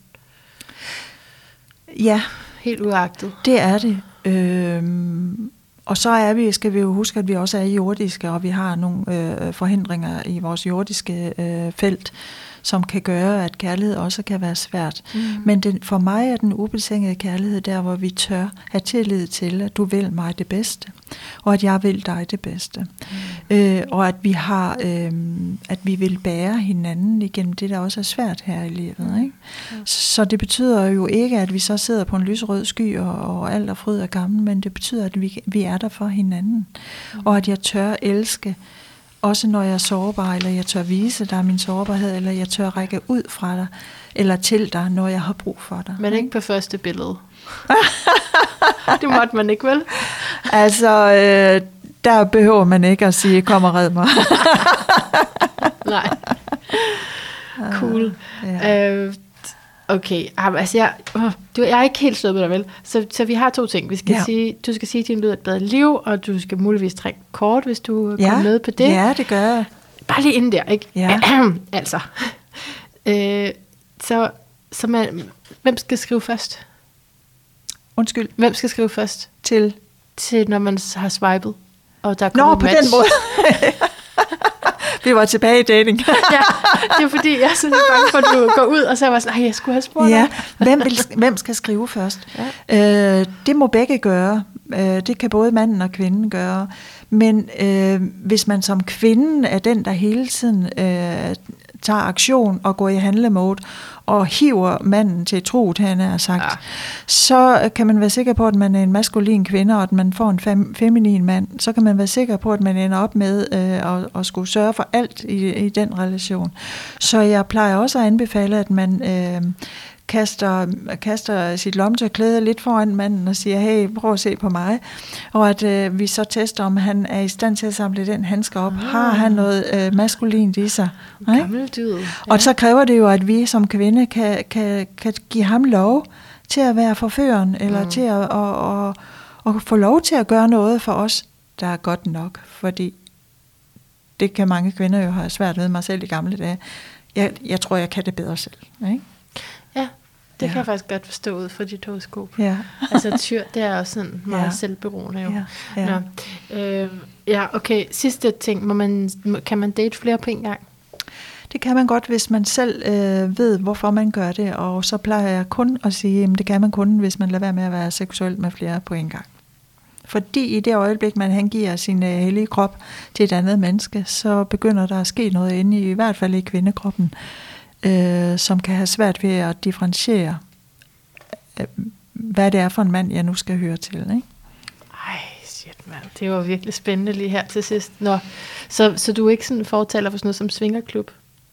Ja. Helt uagtet. Det er det. Øhm, og så er vi, skal vi jo huske, at vi også er jordiske, og vi har nogle øh, forhindringer i vores jordiske øh, felt, som kan gøre, at kærlighed også kan være svært. Mm. Men den, for mig er den ubetingede kærlighed der, hvor vi tør have tillid til, at du vil mig det bedste, og at jeg vil dig det bedste. Mm. Øh, og at vi har, øh, at vi vil bære hinanden igennem det, der også er svært her i livet. Mm. Ikke? Mm. Så det betyder jo ikke, at vi så sidder på en lyserød sky, og, og alt er fryd og gammel, men det betyder, at vi, vi er der for hinanden. Mm. Og at jeg tør elske, også når jeg er sårbar, eller jeg tør vise dig min sårbarhed, eller jeg tør række ud fra dig, eller til dig, når jeg har brug for dig. Men ikke på første billede. Det måtte man ikke, vel? Altså, øh, der behøver man ikke at sige, kom og red mig. Nej. Cool. Ja. Øh, okay, altså jeg, øh, du, jeg er ikke helt slået på dig, vel? Så, så vi har to ting. Vi skal ja. sige, du skal sige, at din lyd er et bedre liv, og du skal muligvis trække kort, hvis du ja. kommer med på det. Ja, det gør jeg. Bare lige inden der, ikke? Ja. altså. Øh, så så man, hvem skal skrive først? Undskyld. Hvem skal skrive først? Til? Til, når man har swipet, og der er Nå, kommet på match. den måde. Vi var tilbage i dating. Ja, det er fordi, jeg er sådan lidt bange for, at du går ud, og så var sådan, jeg skulle have spurgt ja. hvem, vil, hvem skal skrive først? Ja. Øh, det må begge gøre. Øh, det kan både manden og kvinden gøre. Men øh, hvis man som kvinde er den, der hele tiden øh, tager aktion og går i handlemode, og hiver manden til troet, han har sagt, ja. så kan man være sikker på, at man er en maskulin kvinde, og at man får en fem, feminin mand. Så kan man være sikker på, at man ender op med øh, at, at skulle sørge for alt i, i den relation. Så jeg plejer også at anbefale, at man øh, kaster, kaster sit lommetørklæde lidt foran manden og siger, hey, prøv at se på mig. Og at øh, vi så tester, om han er i stand til at samle den handske op. Ah. Har han noget øh, maskulint i sig? Gammel dyd. Ja. Og så kræver det jo, at vi som kvinde kan, kan, kan give ham lov til at være forføren, eller mm. til at, at, at, at få lov til at gøre noget for os, der er godt nok. Fordi det kan mange kvinder jo have svært ved, mig selv i gamle dage. Jeg, jeg tror, jeg kan det bedre selv. Ikke? Ja, det ja. kan jeg faktisk godt forstå ud fra dit horoskop. Ja. Altså tyr, det er også sådan meget ja. selvberoende jo. Ja, ja. Nå. Øh, ja, okay. Sidste ting. Må man, kan man date flere på en gang? Det kan man godt, hvis man selv øh, ved, hvorfor man gør det. Og så plejer jeg kun at sige, at det kan man kun, hvis man lader være med at være seksuel med flere på en gang. Fordi i det øjeblik, man hengiver sin øh, hellige krop til et andet menneske, så begynder der at ske noget inde i, i hvert fald i kvindekroppen, øh, som kan have svært ved at differentiere, øh, hvad det er for en mand, jeg nu skal høre til. Ikke? Ej, shit mand. Det var virkelig spændende lige her til sidst. Nå, så, så du er ikke sådan fortaler for sådan noget som svingerklub?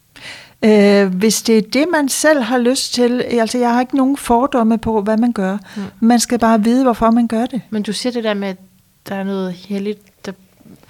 Øh, hvis det er det, man selv har lyst til, altså jeg har ikke nogen fordomme på, hvad man gør. Mm. Man skal bare vide, hvorfor man gør det. Men du siger det der med, at der er noget helligt, der...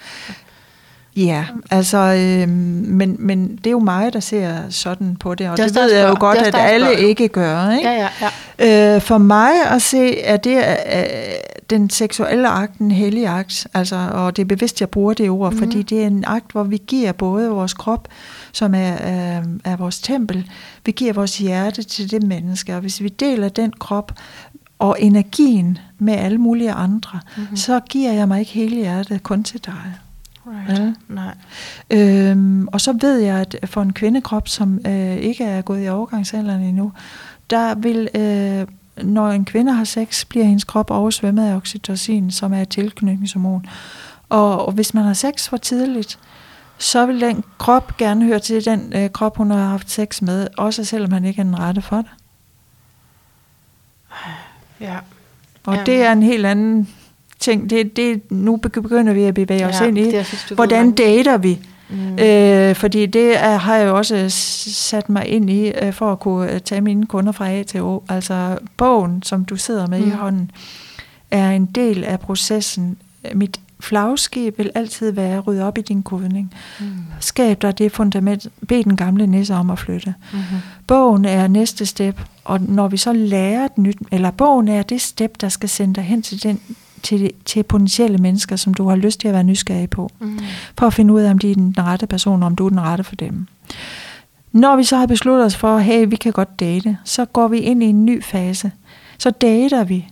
Ja, altså, øh, men, men det er jo mig, der ser sådan på det, og det, det ved jeg jo godt, at alle ikke gør. Ikke? Ja, ja, ja. Øh, for mig at se, at det er øh, den seksuelle akt, en hellig akt, altså, og det er bevidst, jeg bruger det ord, mm-hmm. fordi det er en akt, hvor vi giver både vores krop, som er, øh, er vores tempel, vi giver vores hjerte til det menneske, og hvis vi deler den krop og energien med alle mulige andre, mm-hmm. så giver jeg mig ikke hele hjertet kun til dig. Right. Ja. Nej. Øhm, og så ved jeg, at for en kvindekrop, som øh, ikke er gået i overgangsalderen endnu, der vil, øh, når en kvinde har sex, bliver hendes krop oversvømmet af oxytocin, som er et tilknytningshormon. Og, og hvis man har sex for tidligt, så vil den krop gerne høre til den øh, krop, hun har haft sex med, også selvom han ikke er den rette for det. Ja. Og ja. Det er en helt anden ting. Det, det, nu begynder vi at bevæge os ja, ind i, det, synes, hvordan dater vi? Mm. Øh, fordi det er, har jeg jo også sat mig ind i, øh, for at kunne tage mine kunder fra A til O. Altså bogen, som du sidder med mm. i hånden, er en del af processen. Mit flagskib vil altid være at rydde op i din kodning. Mm. Skab dig det fundament, bed den gamle nisse om at flytte. Mm-hmm. Bogen er næste step, og når vi så lærer et nyt, eller bogen er det step, der skal sende dig hen til den Til, til potentielle mennesker, som du har lyst til at være nysgerrig på. Mm. For at finde ud af, om de er den rette person, og om du er den rette for dem. Når vi så har besluttet os for, hey, vi kan godt date, så går vi ind i en ny fase. Så dater vi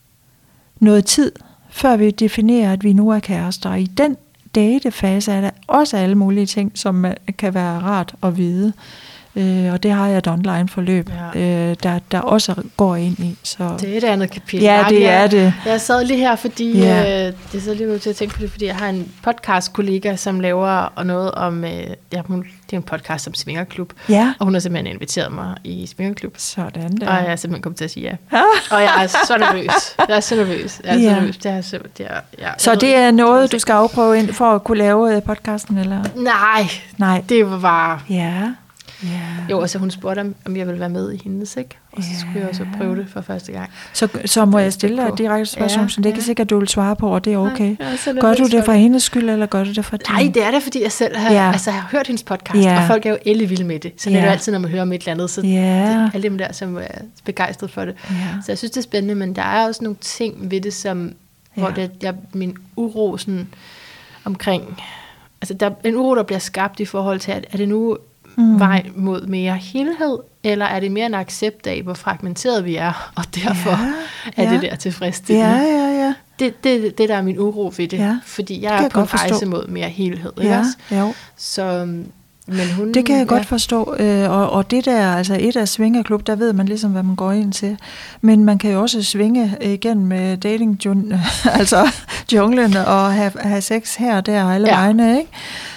noget tid, før vi definerer, at vi nu er kærester. Og i den datefase er der også alle mulige ting, som kan være rart at vide. Øh, og det har jeg et online forløb, ja. øh, der, der også går ind i. Så. Det er et andet kapitel. Ja, det er det. Jeg sad lige her, fordi ja. øh, det sad lige nu til at tænke på det, fordi jeg har en podcast-kollega, som laver noget om, øh, ja, hun, det er en podcast om Svingerklub, ja. Og hun har simpelthen inviteret mig i Svingerklub. Sådan der. Og jeg er simpelthen kommet til at sige ja. ja. Og jeg er så nervøs. Jeg er så nervøs. Jeg er ja. så nervøs. Det er så, det er, ja. Så det er noget, du skal afprøve ind for at kunne lave podcasten, eller? Nej, Nej. Det var bare... Ja. Yeah. Jo, altså hun spurgte, om jeg ville være med i hendes, ikke? Og så yeah. skulle jeg også prøve det for første gang. Så, så må jeg stille dig et direkte spørgsmål, ja, som det er ikke ja. sikkert, at du vil svare på, og det er okay. Nej, gør du det for hendes skyld, eller gør du det for din? Nej, det er det, fordi jeg selv har, yeah. altså, jeg har hørt hendes podcast, yeah. og folk er jo ellevilde med det. Så yeah. det er jo altid, når man hører om et eller andet, så yeah. det er alle dem der, som er begejstret for det. Yeah. Så jeg synes, det er spændende, men der er også nogle ting ved det, som, yeah. hvor det, jeg, min uro sådan, omkring, altså der er en uro, der bliver skabt i forhold til, at er det nu Mm. vej mod mere helhed, eller er det mere en accept af, hvor fragmenteret vi er, og derfor ja, er ja. det der tilfredsstillende. Ja, ja, ja. Det, det, det der er min uro ved det, ja. fordi jeg er jeg på en rejse mod mere helhed. Ikke ja, også? Jo. Så, men hun, det kan jeg ja. godt forstå, øh, og, og det der, altså et af svingerklub, der ved man ligesom, hvad man går ind til, men man kan jo også svinge igen med dating, altså junglen, og have, have sex her og der, og alle ja. vegne, ikke?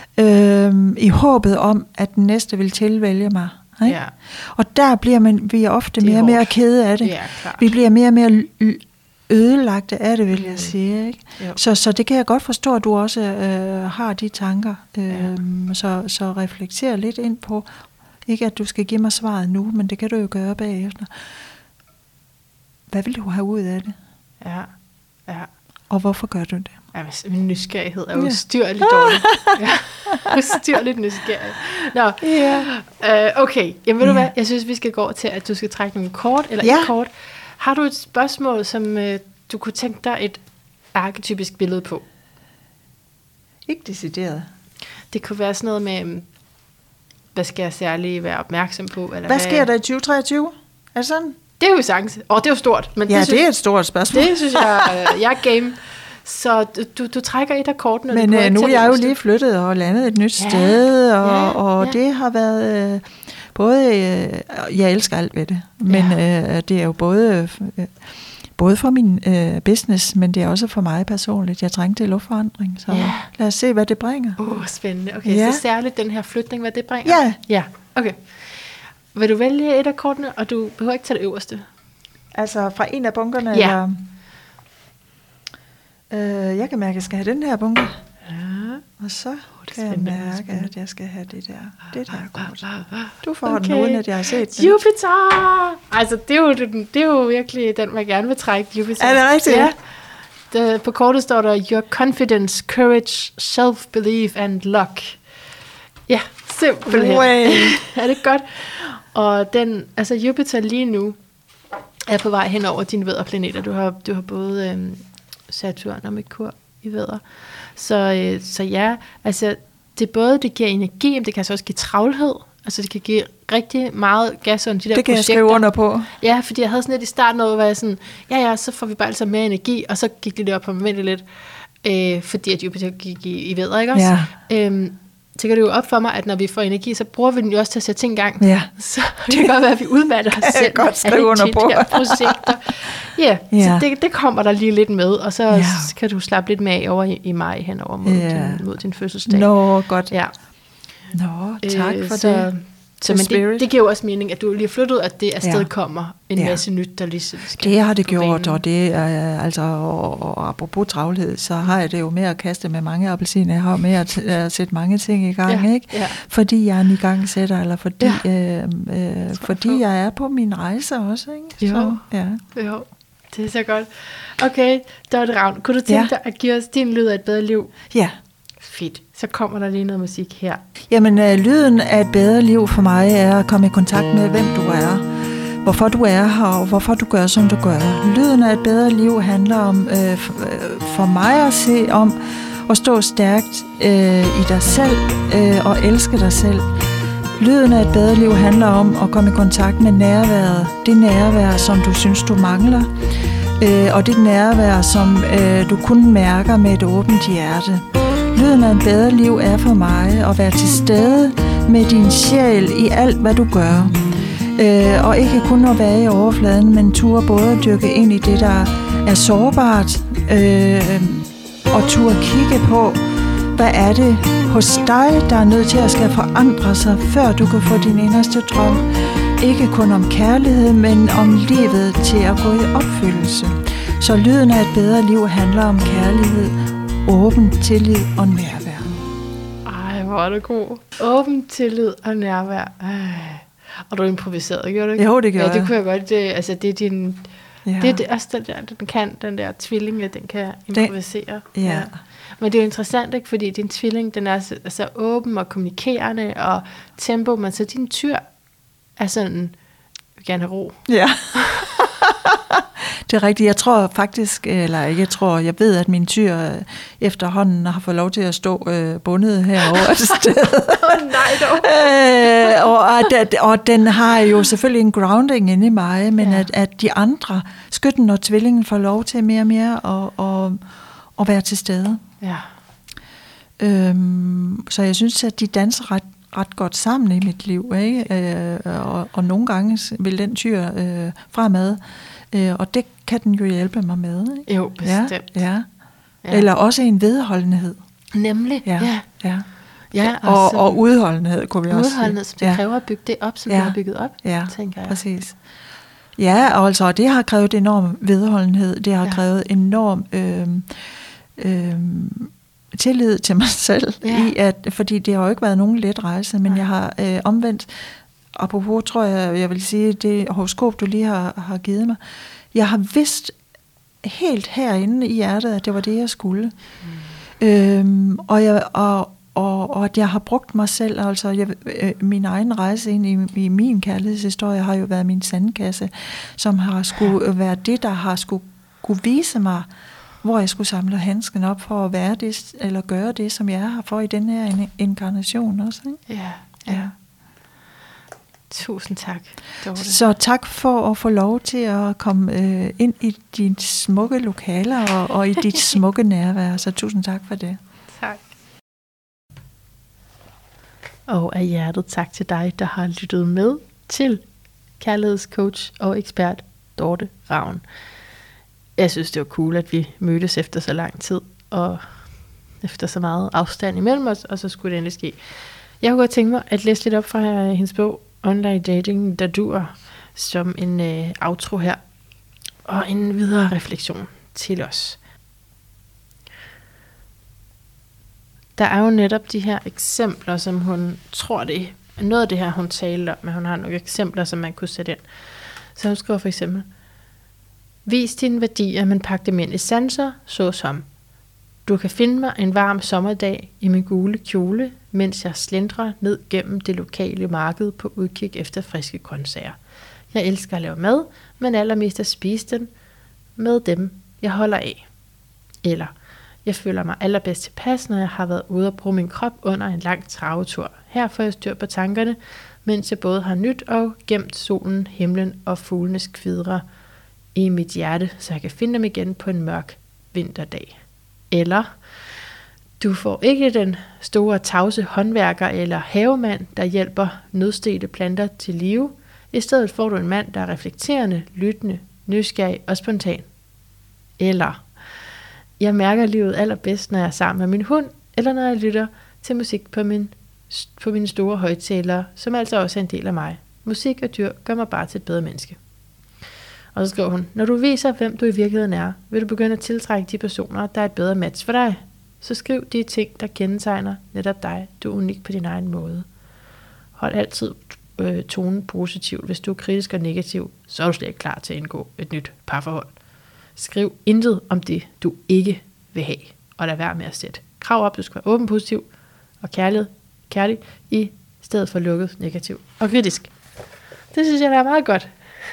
Øhm, i håbet om, at den næste vil tilvælge mig. Ikke? Ja. Og der bliver man, vi er ofte mere og mere kede af det. Ja, vi bliver mere og mere ødelagte af det, vil jeg mm. sige. Ikke? Så, så det kan jeg godt forstå, at du også øh, har de tanker. Øhm, ja. så, så reflekter lidt ind på, ikke at du skal give mig svaret nu, men det kan du jo gøre bagefter. Hvad vil du have ud af det? Ja, ja. Og hvorfor gør du det? Ja, min nysgerrighed er ustyrligt dårlig. Ja, ustyrligt nysgerrig. Nå, yeah. uh, okay. Jamen ved yeah. du hvad, jeg synes vi skal gå til, at du skal trække nogle kort, eller yeah. et kort. Har du et spørgsmål, som uh, du kunne tænke dig et arketypisk billede på? Ikke decideret. Det kunne være sådan noget med, hvad skal jeg særligt være opmærksom på? Eller hvad sker der i tyve treogtyve? Er det sådan? Det er jo sagtens. Og det er jo stort. Men ja, det, synes, det er et stort spørgsmål. Det synes jeg, uh, jeg er game. Så du, du trækker et af kortene. Men øh, nu er jeg jo lige flyttet og landet et nyt ja, sted, og, ja, og ja. det har været øh, både, øh, jeg elsker alt ved det, men ja. øh, det er jo både, øh, både for min øh, business, men det er også for mig personligt. Jeg trængte til luftforandring, så ja. lad os se, hvad det bringer. Åh, oh, spændende. Okay, ja. så særligt den her flytning, hvad det bringer? Ja. Ja, okay. Vil du vælge et af kortene, og du behøver ikke tage det øverste? Altså fra en af bunkerne? Ja. Eller? Øh, jeg kan mærke, at jeg skal have den her bunke. Ja. Og så oh, kan jeg mærke, at jeg skal have det der. Det der kort. Du får okay. den, uden at jeg har set den. Jupiter! Altså, det er jo, det er jo virkelig den, man gerne vil trække. Jupiter. Er det rigtigt? Ja. Det, på kortet står der, your confidence, courage, self-belief and luck. Ja, simpelthen. Er det godt? Og den, altså Jupiter lige nu, er på vej hen over dine vædderplaneter. Du har, du har både øhm, Saturn og Merkur i vædder. Så, øh, så ja, altså det både det giver energi, men det kan altså også give travlhed. Altså det kan give rigtig meget gas under de der det kan projekter. Jeg skrive under på. Ja, fordi jeg havde sådan lidt i starten noget, hvor jeg sådan, ja ja, så får vi bare altså mere energi, og så gik det der op på mig lidt, øh, fordi at Jupiter gik i, i vædder, ikke også? Ja. Øhm, så kan det jo op for mig, at når vi får energi, så bruger vi den jo også til at sætte ting i gang. Ja. Så det kan godt være, at vi udmatter os selv godt skrive under på. De her projekter. Yeah, ja, så det, det kommer der lige lidt med, og så ja. kan du slappe lidt med af over i, i maj henover mod, ja. din, mod din fødselsdag. Nå, godt. Ja. Nå, tak øh, for så, det. Så, men det, det giver jo også mening, at du lige har flyttet, at det afsted ja. kommer en ja. masse nyt, der lige skal. Det har det gjort, banen. Og det er altså, og, og apropos travlhed, så har jeg det jo med at kaste med mange appelsiner. Jeg har med at, at sætte mange ting i gang, ja. ikke? Ja. Fordi jeg er en igangsætter, eller fordi, ja. øh, øh, fordi jeg, jeg er på min rejse også, ikke? Jo. Så, ja. jo. Det er så godt. Okay, Dorte Ravn, kunne du tænke ja. dig at give os din lyd af et bedre liv? Ja. Fedt. Så kommer der lige noget musik her. Jamen, øh, lyden af et bedre liv for mig er at komme i kontakt med, hvem du er, hvorfor du er her, og hvorfor du gør, som du gør. Lyden af et bedre liv handler om, øh, for mig at se om, at stå stærkt øh, i dig selv øh, og elske dig selv. Lyden af et bedre liv handler om at komme i kontakt med nærværet. Det nærvær, som du synes, du mangler. Øh, og det nærvær, som øh, du kun mærker med et åbent hjerte. Lyden af et bedre liv er for mig at være til stede med din sjæl i alt, hvad du gør. Øh, og ikke kun at være i overfladen, men turde både at dykke ind i det, der er sårbart. Øh, og turde kigge på, hvad er det hos dig, der er nødt til at skal forandre sig, før du kan få din inderste drøm. Ikke kun om kærlighed, men om livet til at gå i opfyldelse. Så lyden af et bedre liv handler om kærlighed, åben tillid og nærvær. Ej, hvor er det god. Åben tillid og nærvær. Ej. Og du improviserede, gjorde du ikke? Jo, det gjorde jeg. Ja, det kunne jeg godt. Det, altså, det er din... Ja. Det er det, også den der, den kan, den der tvilling, den kan improvisere. Den, ja. ja. Men det er jo interessant, ikke? Fordi din tvilling, den er så, så åben og kommunikerende og tempo, men så din tyr er sådan, vil gerne have ro. Ja. Det er rigtigt. Jeg tror faktisk, eller ikke jeg tror, jeg ved, at min tyr efterhånden har fået lov til at stå øh, bundet herovre et sted. Åh oh, nej dog. øh, og, at, og den har jo selvfølgelig en grounding inde i mig, men ja. at, at de andre, skytten og tvillingen, får lov til mere og mere at, og, og være til stede. Ja. Øhm, så jeg synes, at de danser ret, ret godt sammen i mit liv, ikke? Øh, og, og nogle gange vil den tyr øh, fremad, øh, og det kan den jo hjælpe mig med. Ikke? Jo, bestemt. Ja, ja. Ja. Eller også en vedholdenhed. Nemlig, ja. ja. ja. ja og, og, og udholdenhed, kunne vi også sige. Udholdenhed, som det ja. kræver at bygge det op, som ja. du har bygget op, ja. tænker jeg. Præcis. Ja, og altså, det har krævet enorm vedholdenhed, det har ja. krævet enorm øh, øh, tillid til mig selv, ja. i at, fordi det har jo ikke været nogen let rejse, men ja. jeg har øh, omvendt, apropos tror jeg, jeg vil sige, det horoskop, du lige har, har givet mig, jeg har vidst helt herinde i hjertet, at det var det, jeg skulle. Mm. Øhm, og, jeg, og, og, og at jeg har brugt mig selv, altså jeg, øh, min egen rejse ind i, i min kærlighedshistorie har jo været min sandkasse, som har skulle ja. være det, der har skulle kunne vise mig, hvor jeg skulle samle handsken op for at være det, eller gøre det, som jeg er her for i den her inkarnation også. Ikke? Ja, ja. ja. Tusind tak, Dorte. Så tak for at få lov til at komme øh, ind i dine smukke lokaler og, og i dit smukke nærvær. Så tusind tak for det. Tak. Og af hjertet tak til dig, der har lyttet med til kærlighedscoach og ekspert Dorte Ravn. Jeg synes, det var cool, at vi mødtes efter så lang tid, og efter så meget afstand imellem os, og så skulle det endelig ske. Jeg kunne godt tænke mig at læse lidt op fra hendes bog, Online Dating, der dur, som en øh, outro her, og en videre refleksion til os. Der er jo netop de her eksempler, som hun tror det er noget af det her, hun taler om, men hun har nogle eksempler, som man kunne sætte ind. Så hun skriver for eksempel: vis dine værdier, men pak dem ind i sanser, såsom: du kan finde mig en varm sommerdag i min gule kjole, mens jeg slentrer ned gennem det lokale marked på udkig efter friske grøntsager. Jeg elsker at lave mad, men allermest at spise den med dem, jeg holder af. Eller: jeg føler mig allerbedst tilpas, når jeg har været ude og bruge min krop under en lang travetur. Her får jeg styr på tankerne, mens jeg både har nyt og gemt solen, himlen og fuglenes kvidrer i mit hjerte, så jeg kan finde dem igen på en mørk vinterdag. Eller: du får ikke den store tavse håndværker eller havemand, der hjælper nødstedte planter til live. I stedet får du en mand, der er reflekterende, lyttende, nysgerrig og spontan. Eller: jeg mærker livet allerbedst, når jeg er sammen med min hund, eller når jeg lytter til musik på, min, på mine store højttalere, som altså også er en del af mig. Musik og dyr gør mig bare til et bedre menneske. Og så skriver hun: når du viser, hvem du i virkeligheden er, vil du begynde at tiltrække de personer, der er et bedre match for dig. Så skriv de ting, der kendetegner netop dig. Du er unik på din egen måde. Hold altid øh, tonen positivt. Hvis du er kritisk og negativ, så er du slet ikke klar til at indgå et nyt parforhold. Skriv intet om det, du ikke vil have. Og lad være med at sætte krav op. Du skal være åben, positiv og kærlig, kærlig i stedet for lukket, negativ og kritisk. Det synes jeg, der er meget godt.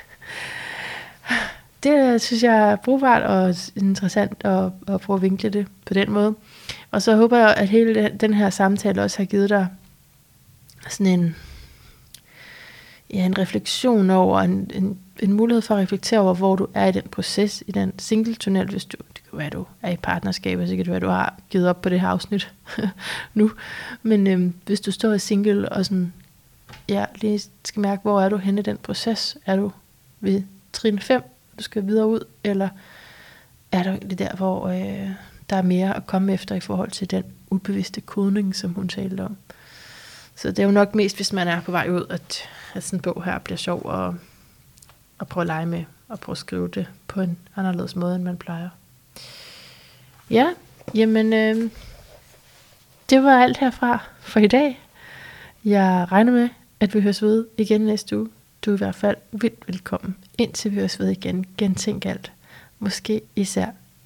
Det synes jeg er brugbart og interessant at, at prøve at vinkle det på den måde. Og så håber jeg, at hele den her samtale også har givet dig sådan en, ja, en refleksion over, en, en, en mulighed for at reflektere over, hvor du er i den proces, i den single-tunnel, hvis du, det kan være, at du er i partnerskab, og så kan det være, at du har givet op på det her afsnit nu. Men øhm, hvis du står i single og sådan, ja, lige skal mærke, hvor er du henne i den proces? Er du ved trin fem, du skal videre ud, eller er der det der, hvor øh, der er mere at komme efter i forhold til den ubevidste kodning, som hun talte om. Så det er jo nok mest, hvis man er på vej ud, at, at sådan en bog her bliver sjov og, og prøve at lege med, og prøve at skrive det på en anderledes måde, end man plejer. Ja, jamen, øh, det var alt herfra for i dag. Jeg regner med, at vi høres ved igen næste uge. Du er i hvert fald vildt velkommen, indtil vi høres ved igen. Gentænk alt. Måske især,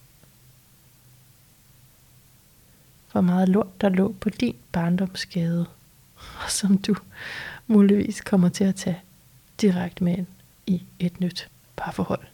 hvor meget lort der lå på din barndomsskade, og som du muligvis kommer til at tage direkte med ind i et nyt parforhold.